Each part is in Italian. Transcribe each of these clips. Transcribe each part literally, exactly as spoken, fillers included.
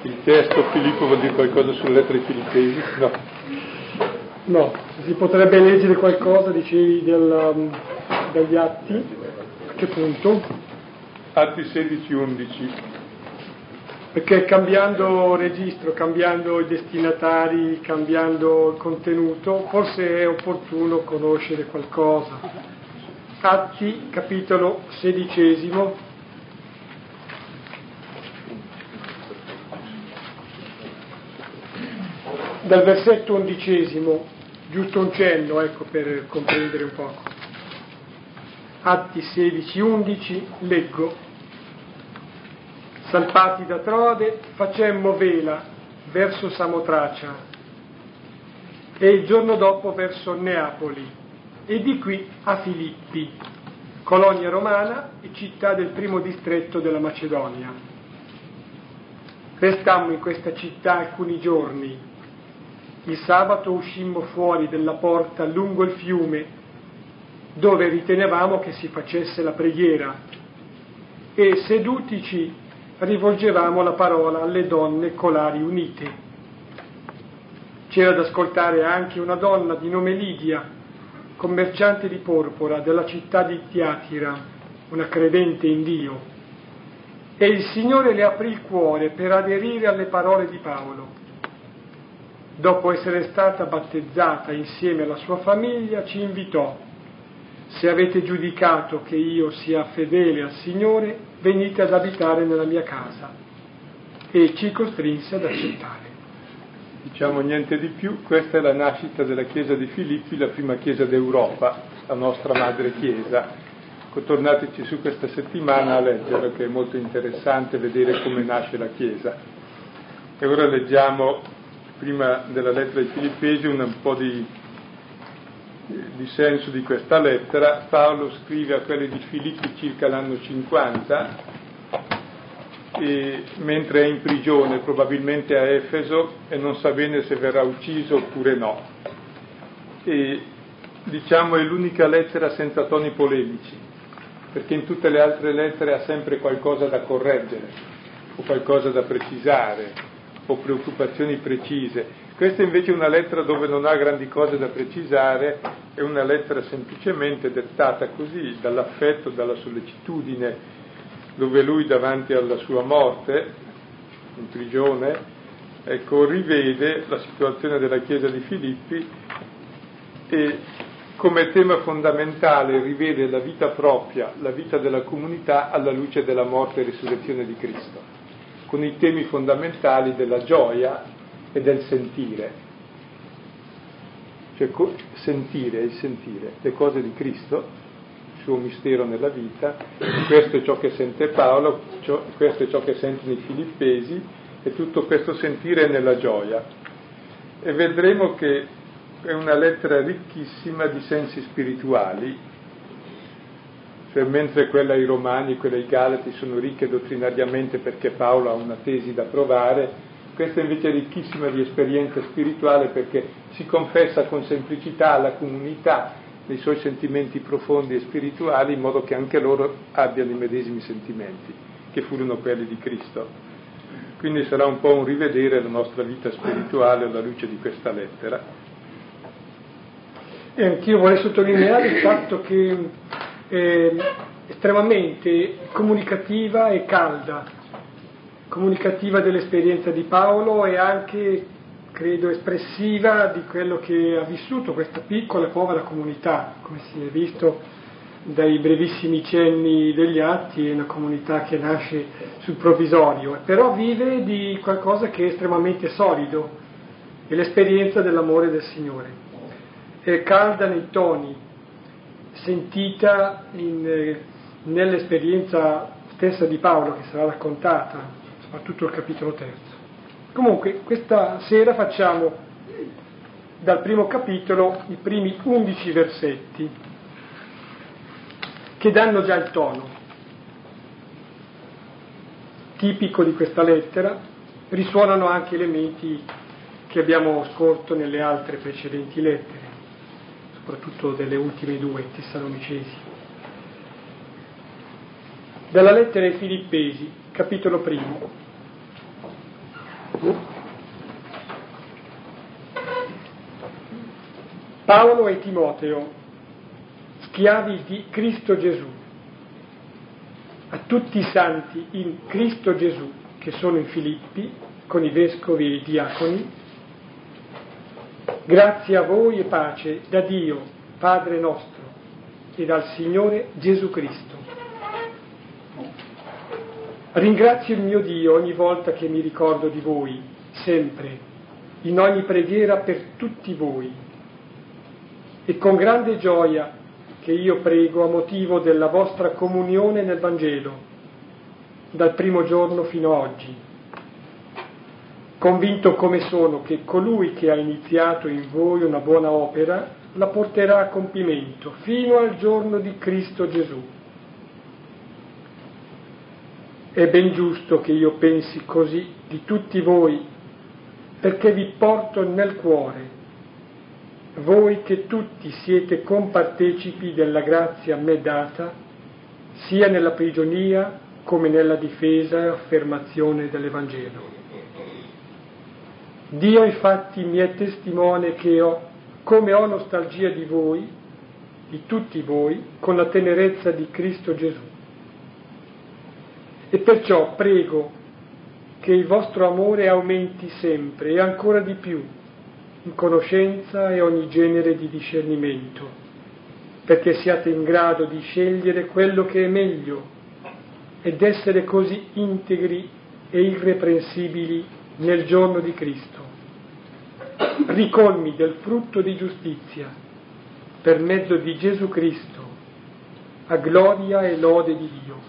Il testo, Filippo, vuol dire qualcosa sulle lettere ai Filippesi? No. No, si potrebbe leggere qualcosa, dicevi, del, um, dagli Atti. A che punto? Atti sedici undici. Perché cambiando registro, cambiando i destinatari, cambiando il contenuto, forse è opportuno conoscere qualcosa. Atti, capitolo sedicesimo. Dal versetto undicesimo, giusto un cenno, ecco, per comprendere un poco. Atti sedici undici, leggo. Salpati da Troade, facemmo vela verso Samotracia e il giorno dopo verso Neapoli e di qui a Filippi, colonia romana e città del primo distretto della Macedonia. Restammo in questa città alcuni giorni. Il sabato uscimmo fuori della porta lungo il fiume, dove ritenevamo che si facesse la preghiera, e sedutici rivolgevamo la parola alle donne colari unite. C'era da ascoltare anche una donna di nome Lidia, commerciante di porpora della città di Tiatira, una credente in Dio, e il Signore le aprì il cuore per aderire alle parole di Paolo. Dopo essere stata battezzata insieme alla sua famiglia, ci invitò: se avete giudicato che io sia fedele al Signore, venite ad abitare nella mia casa. E ci costrinse ad accettare. Diciamo niente di più, questa è la nascita della Chiesa di Filippi, la prima Chiesa d'Europa, la nostra madre Chiesa. Tornateci su questa settimana a leggere, che è molto interessante vedere come nasce la Chiesa. E ora leggiamo, prima della lettera ai Filippesi, un po' di, di senso di questa lettera. Paolo scrive a quelli di Filippi circa l'anno cinquanta, e, mentre è in prigione, probabilmente a Efeso, e non sa bene se verrà ucciso oppure no. E diciamo è l'unica lettera senza toni polemici, perché in tutte le altre lettere ha sempre qualcosa da correggere, o qualcosa da precisare, o preoccupazioni precise. Questa invece è una lettera dove non ha grandi cose da precisare, è una lettera semplicemente dettata così dall'affetto, dalla sollecitudine, dove lui davanti alla sua morte, in prigione, ecco, rivede la situazione della Chiesa di Filippi e come tema fondamentale rivede la vita propria, la vita della comunità alla luce della morte e risurrezione di Cristo, con i temi fondamentali della gioia e del sentire, cioè sentire, il sentire le cose di Cristo, il suo mistero nella vita. Questo è ciò che sente Paolo, ciò, questo è ciò che sentono i Filippesi, e tutto questo sentire è nella gioia. E vedremo che è una lettera ricchissima di sensi spirituali, cioè mentre quella ai Romani e quella ai Galati sono ricche dottrinariamente perché Paolo ha una tesi da provare, questa invece è ricchissima di esperienza spirituale perché si confessa con semplicità alla comunità dei suoi sentimenti profondi e spirituali, in modo che anche loro abbiano i medesimi sentimenti, che furono quelli di Cristo. Quindi sarà un po' un rivedere la nostra vita spirituale alla luce di questa lettera. E anch'io vorrei sottolineare il fatto che è estremamente comunicativa e calda, comunicativa dell'esperienza di Paolo e anche, credo, espressiva di quello che ha vissuto questa piccola e povera comunità. Come si è visto dai brevissimi cenni degli Atti, è una comunità che nasce sul provvisorio, però vive di qualcosa che è estremamente solido, è l'esperienza dell'amore del Signore. È calda nei toni, sentita in, eh, nell'esperienza stessa di Paolo che sarà raccontata, soprattutto il capitolo terzo. Comunque questa sera facciamo dal primo capitolo i primi undici versetti che danno già il tono tipico di questa lettera. Risuonano anche elementi che abbiamo scorto nelle altre precedenti lettere, soprattutto delle ultime due, Tessalonicesi. Dalla lettera ai Filippesi, capitolo primo. Paolo e Timoteo, schiavi di Cristo Gesù, a tutti i santi in Cristo Gesù che sono in Filippi, con i vescovi e i diaconi, grazie a voi e pace da Dio, Padre nostro, e dal Signore Gesù Cristo. Ringrazio il mio Dio ogni volta che mi ricordo di voi, sempre, in ogni preghiera per tutti voi, e con grande gioia che io prego a motivo della vostra comunione nel Vangelo, dal primo giorno fino ad oggi, convinto come sono che colui che ha iniziato in voi una buona opera la porterà a compimento fino al giorno di Cristo Gesù. È ben giusto che io pensi così di tutti voi, perché vi porto nel cuore, voi che tutti siete compartecipi della grazia a me data, sia nella prigionia come nella difesa e affermazione dell'Evangelo. Dio infatti mi è testimone che ho, come ho nostalgia di voi, di tutti voi, con la tenerezza di Cristo Gesù. E perciò prego che il vostro amore aumenti sempre e ancora di più, in conoscenza e ogni genere di discernimento, perché siate in grado di scegliere quello che è meglio ed essere così integri e irreprensibili nel giorno di Cristo, ricolmi del frutto di giustizia per mezzo di Gesù Cristo, a gloria e lode di Dio.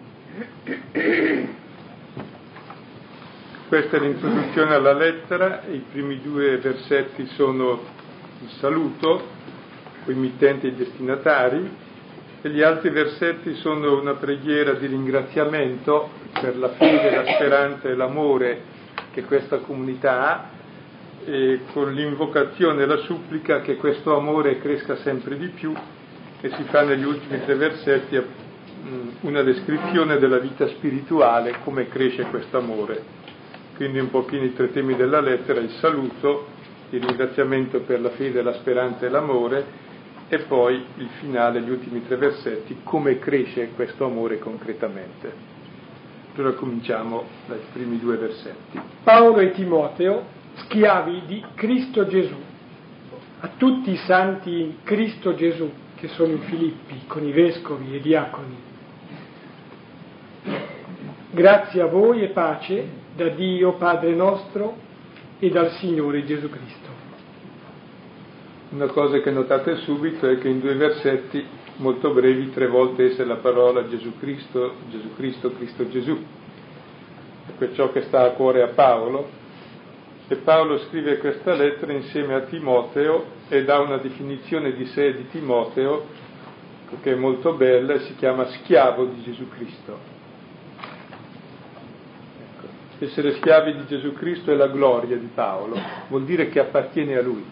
Questa è l'introduzione alla lettera, i primi due versetti sono il saluto, i mittenti e i destinatari, e gli altri versetti sono una preghiera di ringraziamento per la fede, la speranza e l'amore che questa comunità ha, e con l'invocazione e la supplica che questo amore cresca sempre di più, e si fa negli ultimi tre versetti una descrizione della vita spirituale, come cresce questo amore. Quindi un pochino i tre temi della lettera: il saluto, il ringraziamento per la fede, la speranza e l'amore, e poi il finale, gli ultimi tre versetti, come cresce questo amore concretamente. Allora cominciamo dai primi due versetti. Paolo e Timoteo, schiavi di Cristo Gesù, a tutti i santi in Cristo Gesù che sono in Filippi, con i vescovi e diaconi. Grazie a voi e pace da Dio Padre nostro e dal Signore Gesù Cristo. Una cosa che notate subito è che in due versetti molto brevi tre volte esce la parola Gesù Cristo, Gesù Cristo, Cristo Gesù. È ciò che sta a cuore a Paolo, e Paolo scrive questa lettera insieme a Timoteo e dà una definizione di sé di Timoteo che è molto bella e si chiama schiavo di Gesù Cristo. Essere schiavi di Gesù Cristo è la gloria di Paolo, vuol dire che appartiene a lui.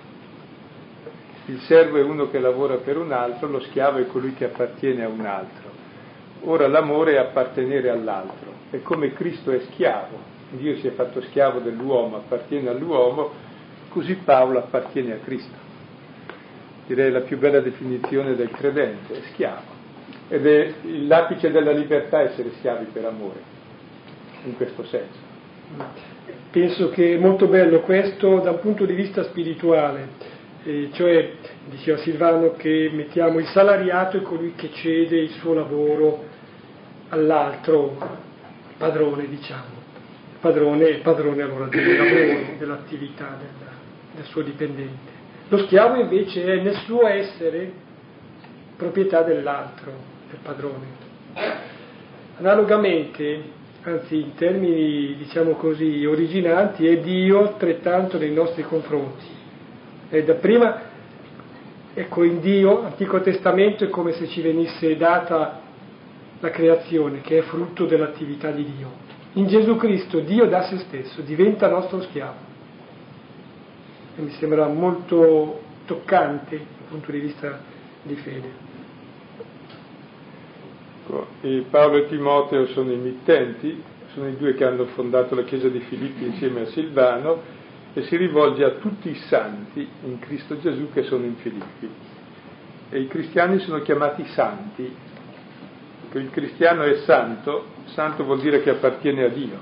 Il servo è uno che lavora per un altro, lo schiavo è colui che appartiene a un altro. Ora l'amore è appartenere all'altro, è come Cristo è schiavo, Dio si è fatto schiavo dell'uomo, appartiene all'uomo, così Paolo appartiene a Cristo. Direi la più bella definizione del credente, è schiavo. Ed è l'apice della libertà essere schiavi per amore. In questo senso. Penso che è molto bello questo da un punto di vista spirituale, eh, cioè diceva Silvano che mettiamo il salariato è colui che cede il suo lavoro all'altro padrone, diciamo. Padrone è padrone allora del lavoro, dell'attività del, del suo dipendente. Lo schiavo invece è nel suo essere proprietà dell'altro, del padrone. Analogamente, anzi in termini diciamo così originanti, è Dio altrettanto nei nostri confronti. E da prima, ecco, in Dio, Antico Testamento, è come se ci venisse data la creazione, che è frutto dell'attività di Dio. In Gesù Cristo Dio dà se stesso, diventa nostro schiavo. E mi sembra molto toccante dal punto di vista di fede. E Paolo e Timoteo sono i mittenti, sono i due che hanno fondato la chiesa di Filippi insieme a Silvano, e si rivolge a tutti i santi in Cristo Gesù che sono in Filippi. E i cristiani sono chiamati santi. Il cristiano è santo, santo vuol dire che appartiene a Dio.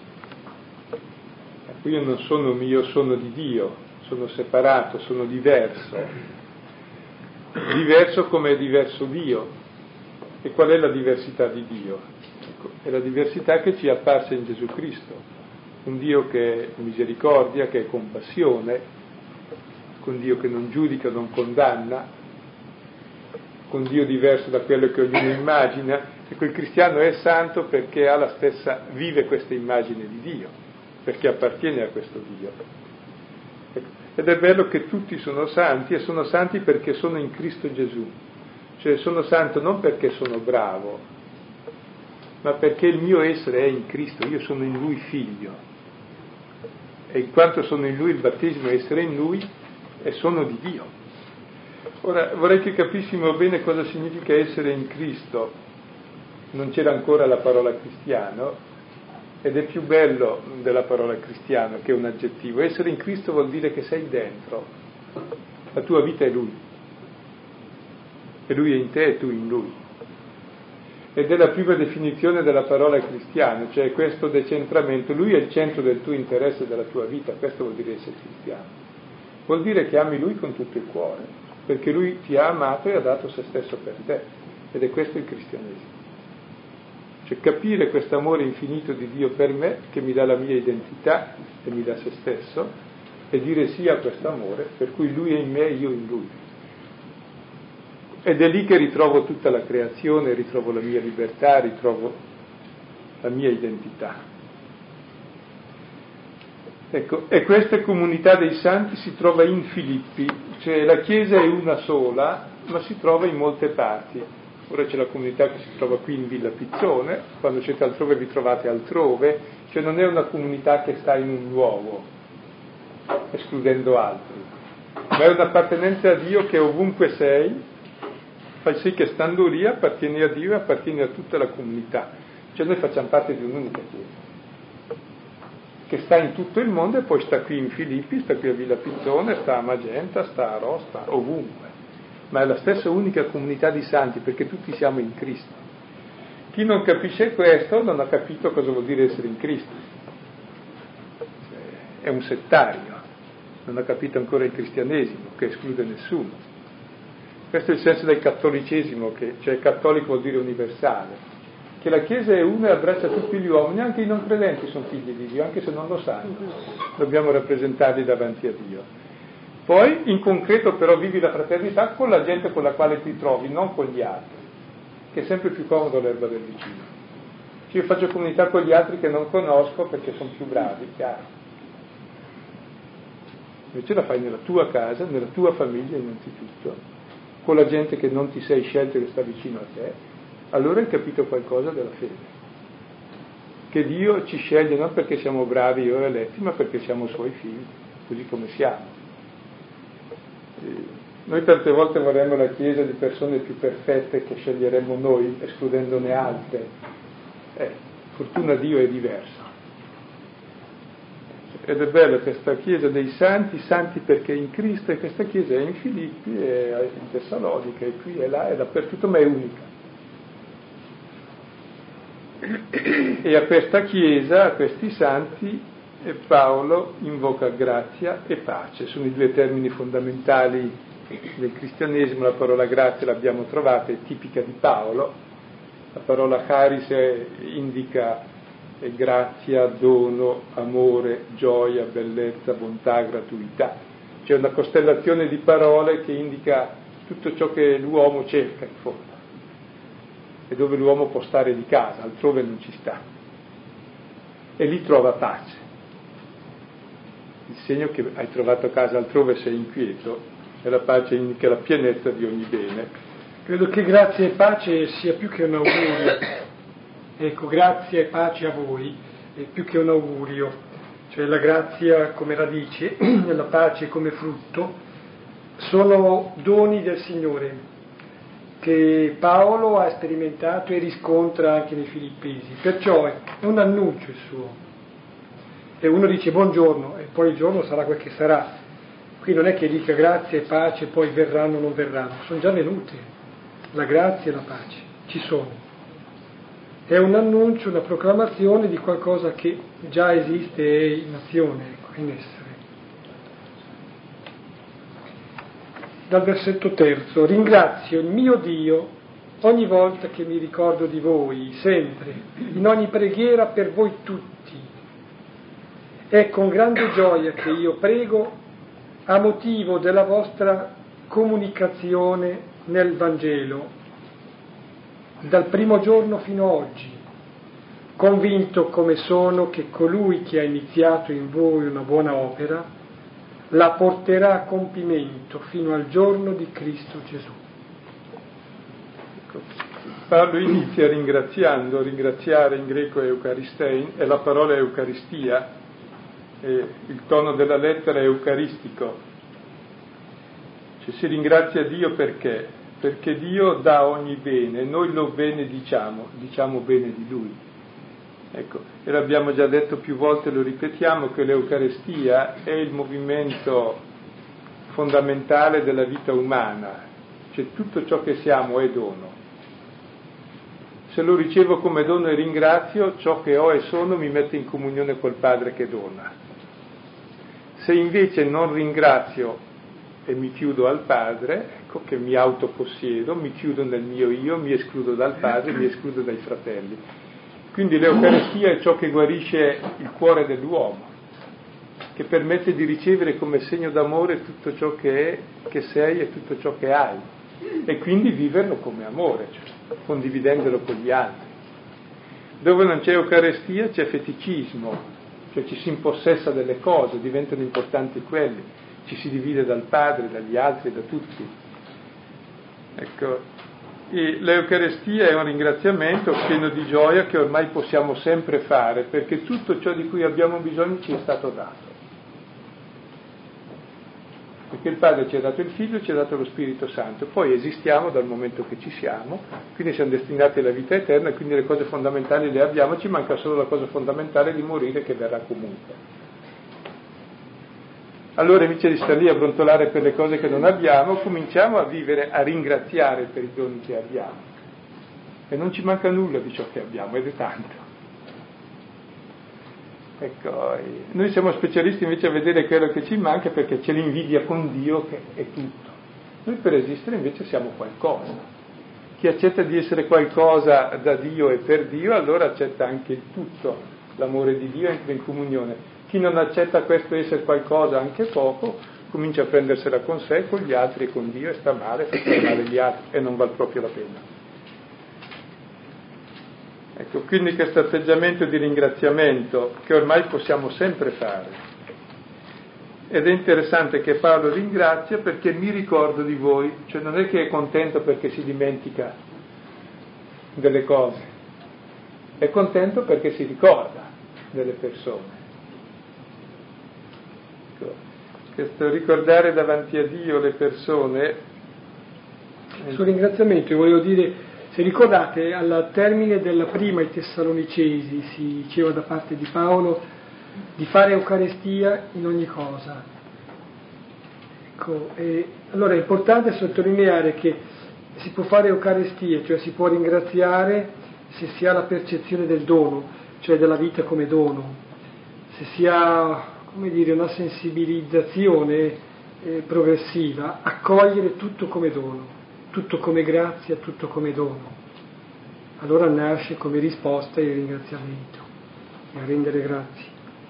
Ecco, io non sono mio, sono di Dio, sono separato, sono diverso. Diverso come è diverso Dio. E qual è la diversità di Dio? Ecco, è la diversità che ci è apparsa in Gesù Cristo. Un Dio che è misericordia, che è compassione, un Dio che non giudica, non condanna, un Dio diverso da quello che ognuno immagina. E quel cristiano è santo perché ha la stessa, vive questa immagine di Dio, perché appartiene a questo Dio. Ed è bello che tutti sono santi, e sono santi perché sono in Cristo Gesù. Cioè sono santo non perché sono bravo, ma perché il mio essere è in Cristo, io sono in Lui figlio. E in quanto sono in Lui, il battesimo è essere in Lui, e sono di Dio. Ora, vorrei che capissimo bene cosa significa essere in Cristo. Non c'era ancora la parola cristiano, ed è più bello della parola cristiano, che è un aggettivo. Essere in Cristo vuol dire che sei dentro, la tua vita è Lui, e Lui è in te e tu in Lui. Ed è la prima definizione della parola cristiano, cioè questo decentramento. Lui è il centro del tuo interesse e della tua vita, questo vuol dire essere cristiano. Vuol dire che ami Lui con tutto il cuore, perché Lui ti ha amato e ha dato se stesso per te, ed è questo il cristianesimo. Cioè capire questo amore infinito di Dio per me, che mi dà la mia identità e mi dà se stesso, e dire sì a questo amore, per cui Lui è in me e io in Lui. Ed è lì che ritrovo tutta la creazione, ritrovo la mia libertà, ritrovo la mia identità. Ecco, e questa comunità dei santi si trova in Filippi, cioè la Chiesa è una sola, ma si trova in molte parti. Ora c'è la comunità che si trova qui in Villa Pizzone, quando siete altrove vi trovate altrove, cioè non è una comunità che sta in un luogo, escludendo altri, ma è un'appartenenza a Dio che ovunque sei, fai sì che stando lì appartieni a Dio e appartieni a tutta la comunità. Cioè noi facciamo parte di un'unica Chiesa, che sta in tutto il mondo e poi sta qui in Filippi, sta qui a Villa Pizzone, sta a Magenta, sta a Rosta, ovunque. Ma è la stessa unica comunità di santi, perché tutti siamo in Cristo. Chi non capisce questo non ha capito cosa vuol dire essere in Cristo. È un settario, non ha capito ancora il cristianesimo, che esclude nessuno. Questo è il senso del cattolicesimo, che, cioè cattolico vuol dire universale, che la Chiesa è una e abbraccia tutti gli uomini, anche i non credenti sono figli di Dio, anche se non lo sanno, dobbiamo rappresentarli davanti a Dio. Poi in concreto però vivi la fraternità con la gente con la quale ti trovi, non con gli altri, che è sempre più comodo l'erba del vicino. Cioè io faccio comunità con gli altri che non conosco perché sono più bravi, chiaro. Invece la fai nella tua casa, nella tua famiglia innanzitutto, con la gente che non ti sei scelto e che sta vicino a te, allora hai capito qualcosa della fede. Che Dio ci sceglie non perché siamo bravi o eletti, ma perché siamo Suoi figli, così come siamo. E noi tante volte vorremmo la Chiesa di persone più perfette che sceglieremmo noi, escludendone altre. Eh, fortuna Dio è diverso. Ed è bella questa Chiesa dei santi, santi perché in Cristo, e questa Chiesa è in Filippi, è in Tessalonica, è qui, è là, è dappertutto, ma è unica. E a questa Chiesa, a questi santi, Paolo invoca grazia e pace. Sono i due termini fondamentali del cristianesimo. La parola grazia l'abbiamo trovata, è tipica di Paolo. La parola charis indica e grazia, dono, amore, gioia, bellezza, bontà, gratuità. C'è una costellazione di parole che indica tutto ciò che l'uomo cerca in fondo e dove l'uomo può stare di casa, altrove non ci sta. E lì trova pace. Il segno che hai trovato casa altrove sei inquieto, e la pace indica la pienezza di ogni bene. Credo che grazia e pace sia più che un augurio. Ecco, grazia e pace a voi, è più che un augurio, cioè la grazia come radice e la pace come frutto sono doni del Signore. che Paolo ha sperimentato e riscontra anche nei Filippesi, perciò è un annuncio il suo. E uno dice buongiorno e poi il giorno sarà quel che sarà. Qui non è che dica grazie e pace, poi verranno o non verranno, sono già venute, la grazia e la pace, ci sono. È un annuncio, una proclamazione di qualcosa che già esiste e è in azione, ecco, in essere. Dal versetto terzo, ringrazio il mio Dio ogni volta che mi ricordo di voi, sempre, in ogni preghiera per voi tutti. È con grande gioia che io prego a motivo della vostra comunicazione nel Vangelo, dal primo giorno fino ad oggi, convinto come sono che colui che ha iniziato in voi una buona opera la porterà a compimento fino al giorno di Cristo Gesù. Paolo inizia ringraziando, ringraziare in greco è eucharistein, e la parola è eucaristia, e il tono della lettera è eucaristico. Cioè, si ringrazia Dio perché? Perché Dio dà ogni bene, noi lo benediciamo, diciamo bene di Lui. Ecco, e l'abbiamo già detto più volte, lo ripetiamo, che l'Eucaristia è il movimento fondamentale della vita umana, cioè tutto ciò che siamo è dono. Se lo ricevo come dono e ringrazio, ciò che ho e sono mi mette in comunione col Padre che dona. Se invece non ringrazio e mi chiudo al Padre, ecco che mi autopossiedo, mi chiudo nel mio io, mi escludo dal Padre, mi escludo dai fratelli. Quindi l'Eucaristia è ciò che guarisce il cuore dell'uomo, che permette di ricevere come segno d'amore tutto ciò che è, che sei e tutto ciò che hai, e quindi viverlo come amore, cioè condividendolo con gli altri. Dove non c'è Eucaristia c'è feticismo, cioè ci si impossessa delle cose, diventano importanti quelli, ci si divide dal Padre, dagli altri, da tutti. Ecco. E l'Eucaristia è un ringraziamento pieno di gioia che ormai possiamo sempre fare, perché tutto ciò di cui abbiamo bisogno ci è stato dato. Perché il Padre ci ha dato il Figlio, ci ha dato lo Spirito Santo, poi esistiamo dal momento che ci siamo, quindi siamo destinati alla vita eterna, quindi le cose fondamentali le abbiamo, ci manca solo la cosa fondamentale di morire, che verrà comunque. Allora invece di stare lì a brontolare per le cose che non abbiamo, cominciamo a vivere, a ringraziare per i doni che abbiamo. E non ci manca nulla di ciò che abbiamo, ed è tanto. Ecco, noi siamo specialisti invece a vedere quello che ci manca perché c'è l'invidia con Dio che è tutto. Noi per esistere invece siamo qualcosa. Chi accetta di essere qualcosa da Dio e per Dio, allora accetta anche il tutto, l'amore di Dio, entra in comunione. Chi non accetta questo essere qualcosa, anche poco, comincia a prendersela con sé, con gli altri e con Dio, e sta male, fa stare male gli altri, e non vale proprio la pena. Ecco, quindi questo atteggiamento di ringraziamento che ormai possiamo sempre fare. Ed è interessante che Paolo ringrazia perché mi ricordo di voi, cioè non è che è contento perché si dimentica delle cose, è contento perché si ricorda delle persone. Questo ricordare davanti a Dio le persone. Sul ringraziamento io volevo dire, se ricordate, al termine della prima ai Tessalonicesi si diceva da parte di Paolo di fare Eucaristia in ogni cosa. Ecco, e allora è importante sottolineare che si può fare Eucaristia, cioè si può ringraziare se si ha la percezione del dono, cioè della vita come dono, se si ha, come dire, una sensibilizzazione eh, progressiva, accogliere tutto come dono, tutto come grazia, tutto come dono. Allora nasce come risposta il ringraziamento e a rendere grazie.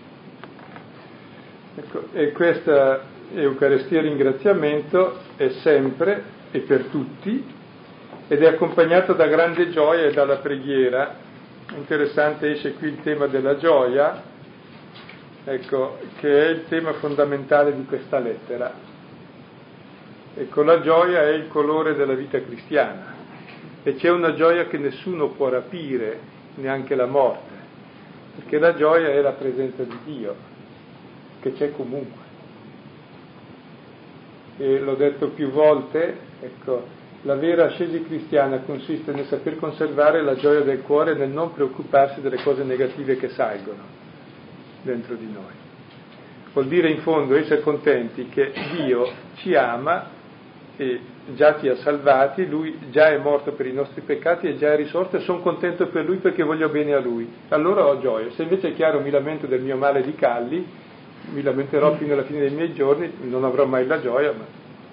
Ecco, e questa Eucaristia ringraziamento è sempre e per tutti ed è accompagnata da grande gioia e dalla preghiera. Interessante, esce qui il tema della gioia, ecco, che è il tema fondamentale di questa lettera. Ecco, la gioia è il colore della vita cristiana e c'è una gioia che nessuno può rapire, neanche la morte, perché la gioia è la presenza di Dio, che c'è comunque. E l'ho detto più volte, ecco, la vera ascesi cristiana consiste nel saper conservare la gioia del cuore e nel non preoccuparsi delle cose negative che salgono dentro di noi. Vuol dire in fondo essere contenti che Dio ci ama e già ci ha salvati, Lui già è morto per i nostri peccati e già è risorto e sono contento per Lui perché voglio bene a Lui. Allora ho gioia. Se invece è chiaro mi lamento del mio male di calli, mi lamenterò fino alla fine dei miei giorni, non avrò mai la gioia, ma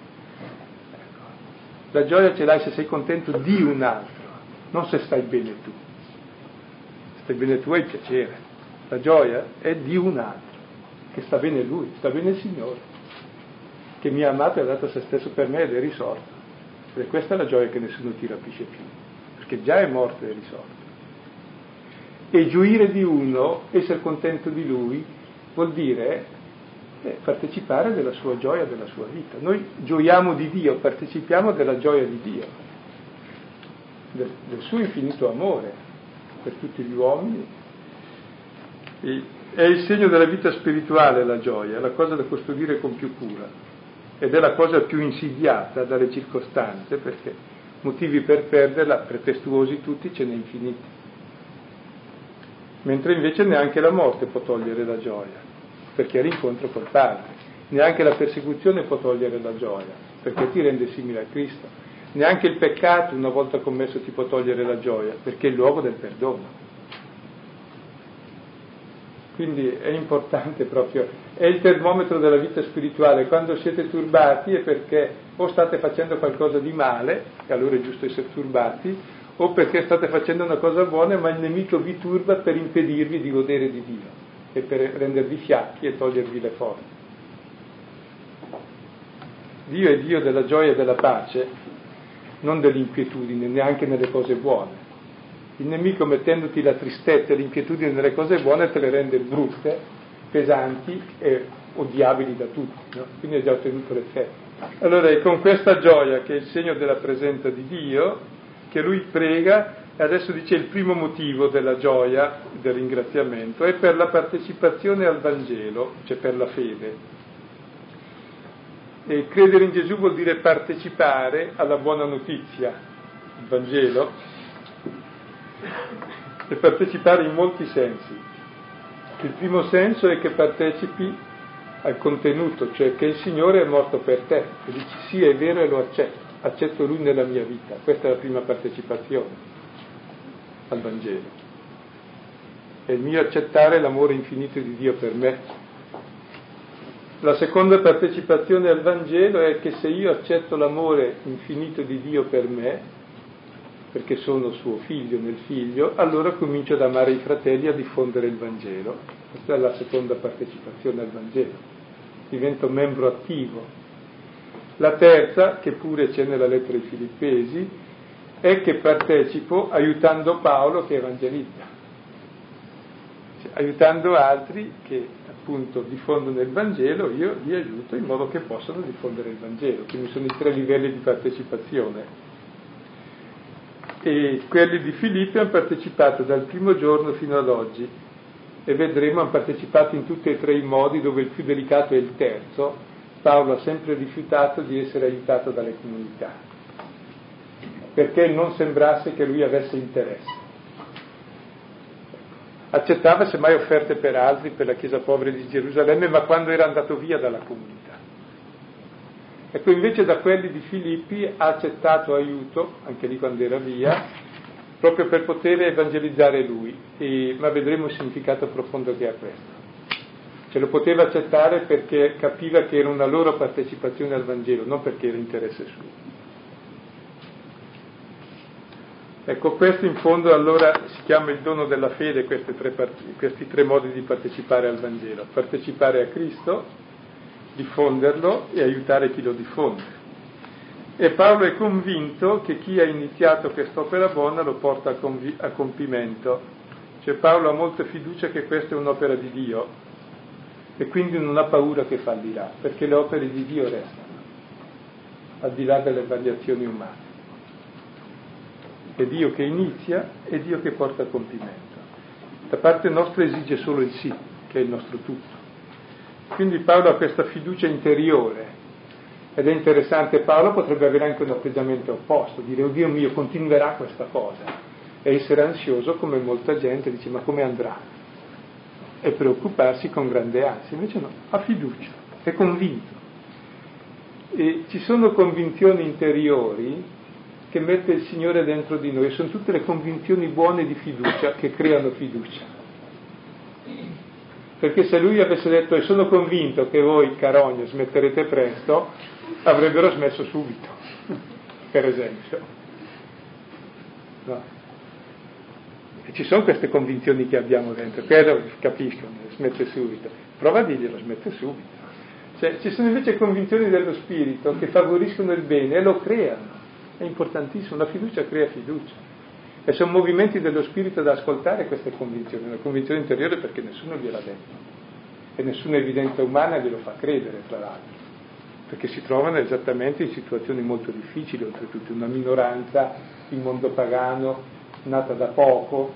la gioia ce l'hai se sei contento di un altro, non se stai bene tu. Se stai bene tu hai piacere. La gioia è di un altro, che sta bene lui, sta bene il Signore, che mi ha amato e ha dato se stesso per me ed è risorto. Ed è questa la gioia che nessuno ti rapisce più, perché già è morto e è risorto. E gioire di uno, essere contento di lui, vuol dire eh, partecipare della sua gioia, della sua vita. Noi gioiamo di Dio, partecipiamo della gioia di Dio, del, del suo infinito amore per tutti gli uomini. E è il segno della vita spirituale la gioia, è la cosa da custodire con più cura ed è la cosa più insidiata dalle circostanze, perché motivi per perderla, pretestuosi tutti, ce n'è infiniti. Mentre invece neanche la morte può togliere la gioia, perché è l'incontro col Padre. Neanche la persecuzione può togliere la gioia, perché ti rende simile a Cristo. Neanche il peccato, una volta commesso, ti può togliere la gioia, perché è il luogo del perdono. Quindi è importante proprio, è il termometro della vita spirituale. Quando siete turbati è perché o state facendo qualcosa di male, e allora è giusto essere turbati, o perché state facendo una cosa buona, ma il nemico vi turba per impedirvi di godere di Dio e per rendervi fiacchi e togliervi le forze. Dio è Dio della gioia e della pace, non dell'inquietudine, neanche nelle cose buone. Il nemico, mettendoti la tristezza e l'inquietudine nelle cose buone, te le rende brutte, pesanti e odiabili da tutti, no? Quindi ha già ottenuto l'effetto. Allora è con questa gioia, che è il segno della presenza di Dio, che lui prega, e adesso dice il primo motivo della gioia, del ringraziamento, è per la partecipazione al Vangelo, cioè per la fede. E credere in Gesù vuol dire partecipare alla buona notizia, il Vangelo, e partecipare in molti sensi. Il primo senso è che partecipi al contenuto, cioè che il Signore è morto per te, e dici sì, è vero e lo accetto, accetto Lui nella mia vita. Questa è la prima partecipazione al Vangelo. È il mio accettare l'amore infinito di Dio per me. La seconda partecipazione al Vangelo è che se io accetto l'amore infinito di Dio per me, perché sono suo figlio nel figlio, allora comincio ad amare i fratelli e a diffondere il Vangelo. Questa è la seconda partecipazione al Vangelo. Divento membro attivo. La terza, che pure c'è nella lettera ai Filippesi, è che partecipo aiutando Paolo che evangelizza. Cioè, aiutando altri che appunto diffondono il Vangelo, io li aiuto in modo che possano diffondere il Vangelo. Quindi sono i tre livelli di partecipazione. E quelli di Filippi hanno partecipato dal primo giorno fino ad oggi, e vedremo hanno partecipato in tutti e tre i modi, dove il più delicato è il terzo. Paolo ha sempre rifiutato di essere aiutato dalle comunità, perché non sembrasse che lui avesse interesse. Accettava semmai offerte per altri, per la chiesa povera di Gerusalemme, ma quando era andato via dalla comunità. Ecco, invece da quelli di Filippi ha accettato aiuto, anche lì quando era via, proprio per poter evangelizzare lui, e, ma vedremo il significato profondo che ha questo. Ce lo poteva accettare perché capiva che era una loro partecipazione al Vangelo, non perché era interesse suo. Ecco, questo in fondo allora si chiama il dono della fede, questi tre, part- questi tre modi di partecipare al Vangelo. Partecipare a Cristo, diffonderlo e aiutare chi lo diffonde. E Paolo è convinto che chi ha iniziato quest'opera buona lo porta a, convi- a compimento. Cioè Paolo ha molta fiducia che questa è un'opera di Dio e quindi non ha paura che fallirà, perché le opere di Dio restano, al di là delle variazioni umane. È Dio che inizia e Dio che porta a compimento. Da parte nostra esige solo il sì, che è il nostro tutto. Quindi Paolo ha questa fiducia interiore Ed è interessante, Paolo potrebbe avere anche un atteggiamento opposto, dire, oh Dio mio, continuerà questa cosa, e essere ansioso come molta gente, dice, ma come andrà? E preoccuparsi con grande ansia. Invece no, ha fiducia, è convinto. E ci sono convinzioni interiori che mette il Signore dentro di noi, sono tutte le convinzioni buone di fiducia che creano fiducia. Perché se lui avesse detto, e sono convinto che voi, Carogno, smetterete presto, avrebbero smesso subito, per esempio. No. E ci sono queste convinzioni che abbiamo dentro, quello capiscono, smette subito. Prova a dirglielo, smette subito. Cioè, ci sono invece convinzioni dello spirito che favoriscono il bene e lo creano. È importantissimo, la fiducia crea fiducia. E sono movimenti dello spirito da ascoltare queste convinzioni, una convinzione interiore perché nessuno gliel'ha detto. E nessuna evidenza umana glielo fa credere, tra l'altro. Perché si trovano esattamente in situazioni molto difficili, oltretutto una minoranza, il mondo pagano, nata da poco.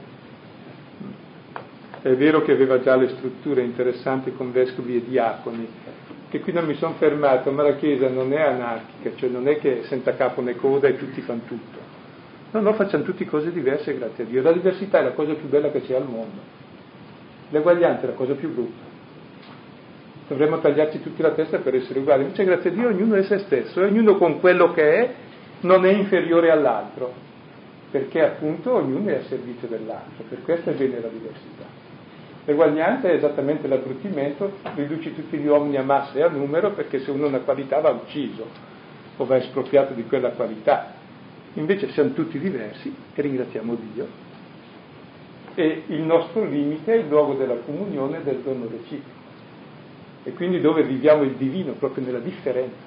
È vero che aveva già le strutture interessanti con vescovi e diaconi, che qui non mi sono fermato, ma la Chiesa non è anarchica, cioè non è che senza capo né coda e tutti fanno tutto. No, no, facciamo tutte cose diverse, grazie a Dio. La diversità è la cosa più bella che c'è al mondo. L'eguaglianza è la cosa più brutta. Dovremmo tagliarci tutti la testa per essere uguali. Invece, grazie a Dio, ognuno è se stesso, e ognuno con quello che è non è inferiore all'altro, perché appunto ognuno è a servizio dell'altro. Per questo è bene la diversità. L'eguaglianza è esattamente l'abbruttimento, riduci tutti gli uomini a massa e a numero, perché se uno ha una qualità va ucciso o va espropriato di quella qualità. Invece siamo tutti diversi e ringraziamo Dio, e il nostro limite è il luogo della comunione e del dono reciproco, e quindi dove viviamo il divino proprio nella differenza.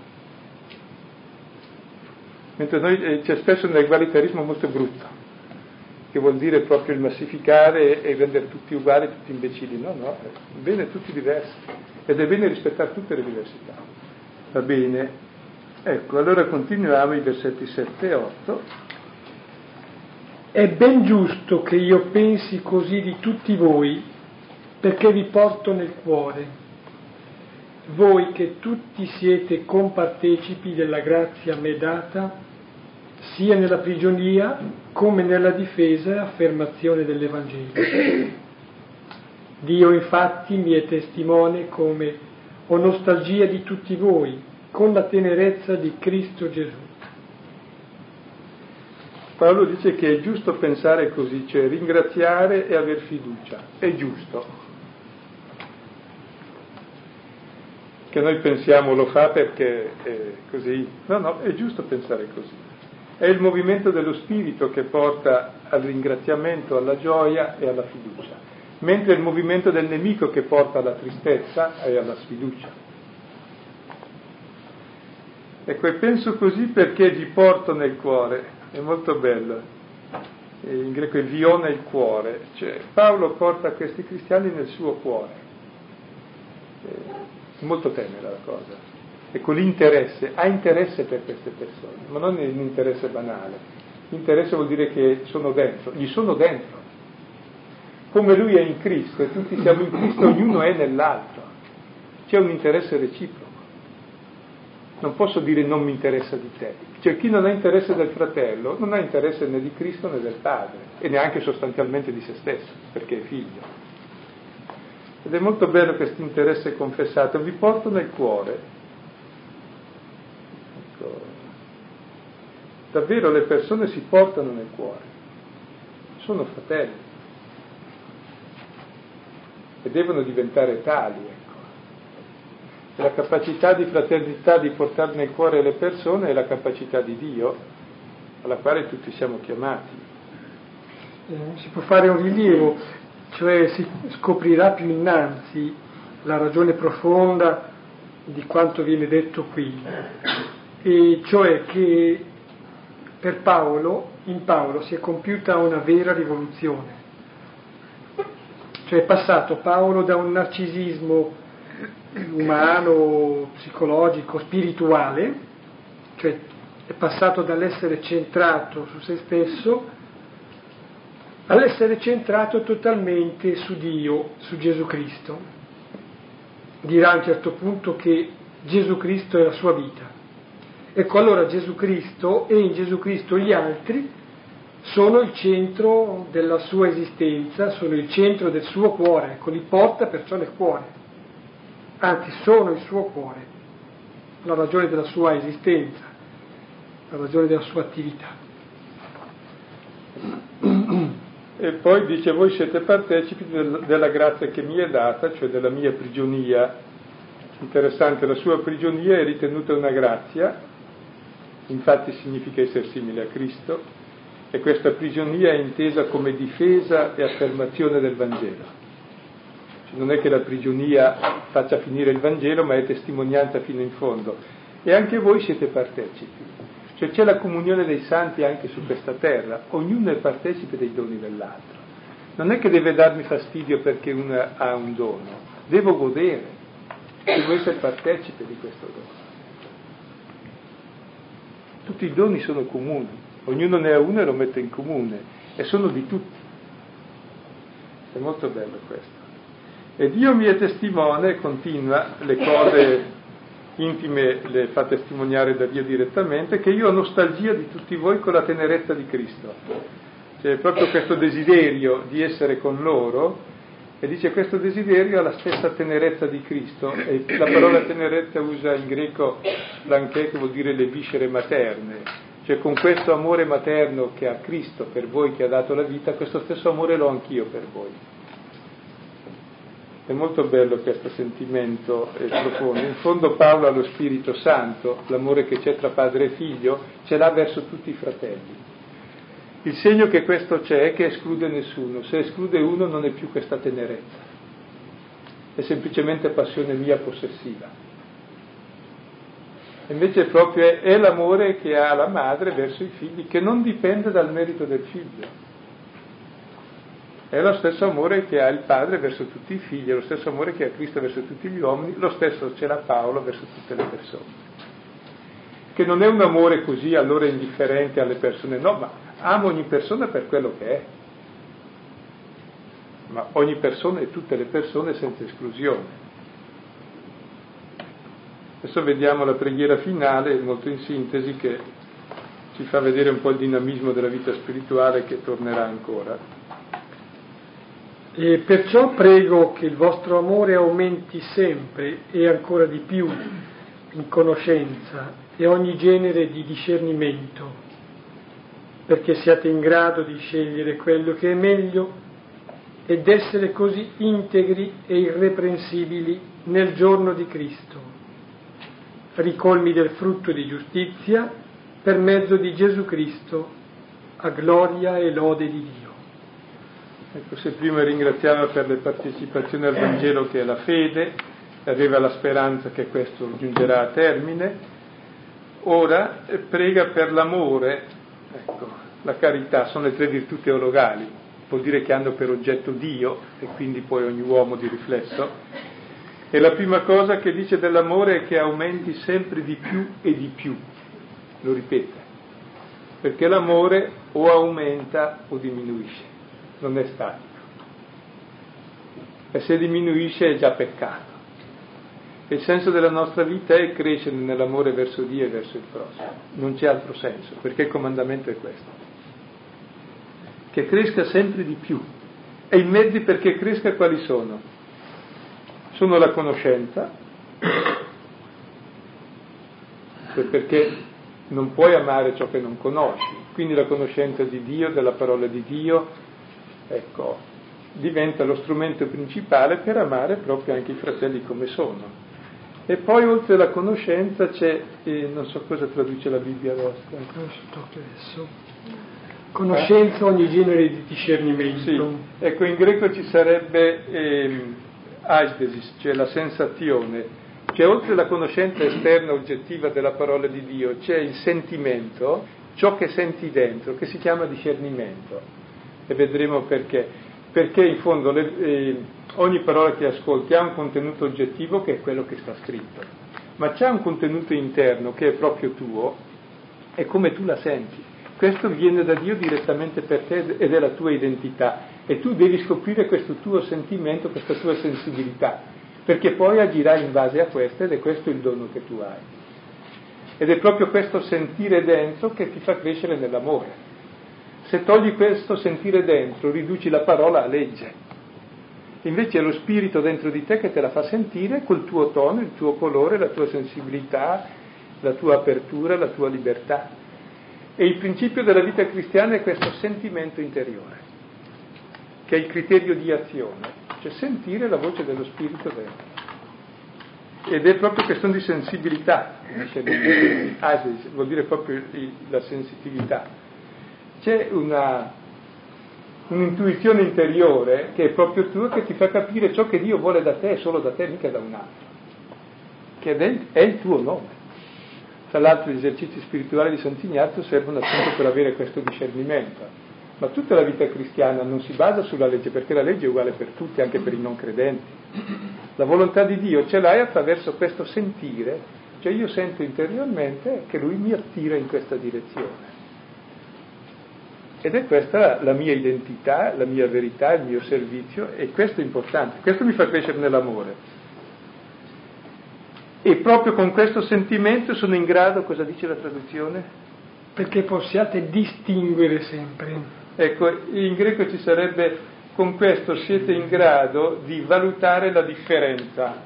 Mentre noi eh, c'è spesso un egualitarismo molto brutto, che vuol dire proprio il massificare e rendere tutti uguali, tutti imbecilli. No, no, è bene tutti diversi, ed è bene rispettare tutte le diversità. Va bene? Ecco, allora continuiamo i versetti sette e otto. È ben giusto che io pensi così di tutti voi, perché vi porto nel cuore, voi che tutti siete compartecipi della grazia a me data, sia nella prigionia come nella difesa e affermazione dell'Evangelo. Dio infatti mi è testimone come ho nostalgia di tutti voi, con la tenerezza di Cristo Gesù. Paolo dice che è giusto pensare così, cioè ringraziare e aver fiducia. È giusto. Che noi pensiamo lo fa perché è così. No, no, è giusto pensare così. È il movimento dello spirito che porta al ringraziamento, alla gioia e alla fiducia, mentre è il movimento del nemico che porta alla tristezza e alla sfiducia. Ecco, e penso così perché vi porto nel cuore, è molto bello, in greco è vione il cuore, cioè Paolo porta questi cristiani nel suo cuore, è molto tenera la cosa, ecco l'interesse, ha interesse per queste persone, ma non è un interesse banale, l'interesse vuol dire che sono dentro, gli sono dentro, come lui è in Cristo e tutti siamo in Cristo, ognuno è nell'altro, c'è un interesse reciproco. Non posso dire non mi interessa di te, cioè chi non ha interesse del fratello non ha interesse né di Cristo né del Padre e neanche sostanzialmente di se stesso, perché è figlio. Ed è molto bello questo interesse confessato, vi porto nel cuore. Ecco. Davvero le persone si portano nel cuore, sono fratelli e devono diventare tali, ecco. La capacità di fraternità di portare nel cuore le persone è la capacità di Dio alla quale tutti siamo chiamati. Eh, si può fare un rilievo, cioè si scoprirà più innanzi la ragione profonda di quanto viene detto qui, e cioè che per Paolo, in Paolo si è compiuta una vera rivoluzione, cioè è passato Paolo da un narcisismo umano, psicologico, spirituale, cioè è passato dall'essere centrato su se stesso all'essere centrato totalmente su Dio, su Gesù Cristo. Dirà a un certo punto che Gesù Cristo è la sua vita, Ecco, allora Gesù Cristo e in Gesù Cristo gli altri sono il centro della sua esistenza, sono il centro del suo cuore, ecco, li porta perciò nel cuore, anzi sono il suo cuore, la ragione della sua esistenza, la ragione della sua attività. E poi dice: voi siete partecipi del, della grazia che mi è data, cioè della mia prigionia. Interessante, la sua prigionia è ritenuta una grazia, infatti significa essere simile a Cristo, e questa prigionia è intesa come difesa e affermazione del Vangelo. Cioè, non è che la prigionia faccia finire il Vangelo, ma è testimonianza fino in fondo. E anche voi siete partecipi. Cioè c'è la comunione dei santi anche su questa terra, ognuno è partecipe dei doni dell'altro. Non è che deve darmi fastidio perché uno ha un dono, devo godere, devo essere partecipe di questo dono. Tutti i doni sono comuni, ognuno ne ha uno e lo mette in comune, e sono di tutti. È molto bello questo. E Dio mi è testimone, continua, le cose intime le fa testimoniare da Dio direttamente, che io ho nostalgia di tutti voi con la tenerezza di Cristo. C'è proprio questo desiderio di essere con loro, e dice questo desiderio ha la stessa tenerezza di Cristo, e la parola tenerezza usa in greco l'anche, che vuol dire le viscere materne, cioè con questo amore materno che ha Cristo per voi, che ha dato la vita, questo stesso amore l'ho anch'io per voi. È molto bello questo sentimento eh, profondo. In fondo Paolo ha lo Spirito Santo, l'amore che c'è tra padre e figlio, ce l'ha verso tutti i fratelli. Il segno che questo c'è è che esclude nessuno. Se esclude uno non è più questa tenerezza, è semplicemente passione mia possessiva. Invece proprio è, è l'amore che ha la madre verso i figli, che non dipende dal merito del figlio. È lo stesso amore che ha il padre verso tutti i figli, è lo stesso amore che ha Cristo verso tutti gli uomini, lo stesso ce l'ha Paolo verso tutte le persone. Che non è un amore così allora indifferente alle persone, no, ma amo ogni persona per quello che è. Ma ogni persona e tutte le persone senza esclusione. Adesso vediamo la preghiera finale, molto in sintesi, che ci fa vedere un po' il dinamismo della vita spirituale, che tornerà ancora. E perciò prego che il vostro amore aumenti sempre e ancora di più in conoscenza e ogni genere di discernimento, perché siate in grado di scegliere quello che è meglio ed essere così integri e irreprensibili nel giorno di Cristo, ricolmi del frutto di giustizia per mezzo di Gesù Cristo, a gloria e lode di Dio. Ecco, se prima ringraziava per le partecipazioni al Vangelo, che è la fede, aveva la speranza che questo giungerà a termine, ora prega per l'amore, ecco, la carità, sono le tre virtù teologali, vuol dire che hanno per oggetto Dio, e quindi poi ogni uomo di riflesso, e la prima cosa che dice dell'amore è che aumenti sempre di più e di più, lo ripete, perché l'amore o aumenta o diminuisce, non è statico, e se diminuisce è già peccato. Il senso della nostra vita è crescere nell'amore verso Dio e verso il prossimo, non c'è altro senso, perché il comandamento è questo, che cresca sempre di più, e i mezzi perché cresca quali sono? Sono la conoscenza, cioè perché non puoi amare ciò che non conosci, quindi la conoscenza di Dio, della parola di Dio, ecco, diventa lo strumento principale per amare proprio anche i fratelli come sono. E poi oltre alla conoscenza c'è, eh, non so cosa traduce la Bibbia vostra. Adesso. Conoscenza, ogni genere di discernimento. Sì, ecco, in greco ci sarebbe ehm, aidesis, cioè la sensazione, cioè oltre alla conoscenza esterna oggettiva della parola di Dio c'è il sentimento, ciò che senti dentro, che si chiama discernimento. E vedremo perché, perché in fondo le, eh, ogni parola che ascolti ha un contenuto oggettivo che è quello che sta scritto, ma c'è un contenuto interno che è proprio tuo, è come tu la senti, questo viene da Dio direttamente per te ed è la tua identità, e tu devi scoprire questo tuo sentimento, questa tua sensibilità, perché poi agirai in base a questo, ed è questo il dono che tu hai. ed è proprio questo sentire dentro che ti fa crescere nell'amore. Se togli questo sentire dentro, riduci la parola a legge. Invece è lo spirito dentro di te che te la fa sentire col tuo tono, il tuo colore, la tua sensibilità, la tua apertura, la tua libertà. E il principio della vita cristiana è questo sentimento interiore, che è il criterio di azione, cioè sentire la voce dello spirito dentro. Ed è proprio questione di sensibilità, asis, vuol dire proprio la sensitività. C'è una, un'intuizione interiore che è proprio tua, che ti fa capire ciò che Dio vuole da te, solo da te, mica da un altro, che è, è il tuo nome. Tra l'altro gli esercizi spirituali di Sant'Ignazio servono appunto per avere questo discernimento. Ma tutta la vita cristiana non si basa sulla legge, perché la legge è uguale per tutti, anche per i non credenti. La volontà di Dio ce l'hai attraverso questo sentire, cioè io sento interiormente che Lui mi attira in questa direzione. Ed è questa la mia identità, la mia verità, il mio servizio, e questo è importante, questo mi fa crescere nell'amore. E proprio con questo sentimento sono in grado, cosa dice la traduzione? Perché possiate distinguere sempre. Ecco, in greco ci sarebbe, con questo siete in grado di valutare la differenza.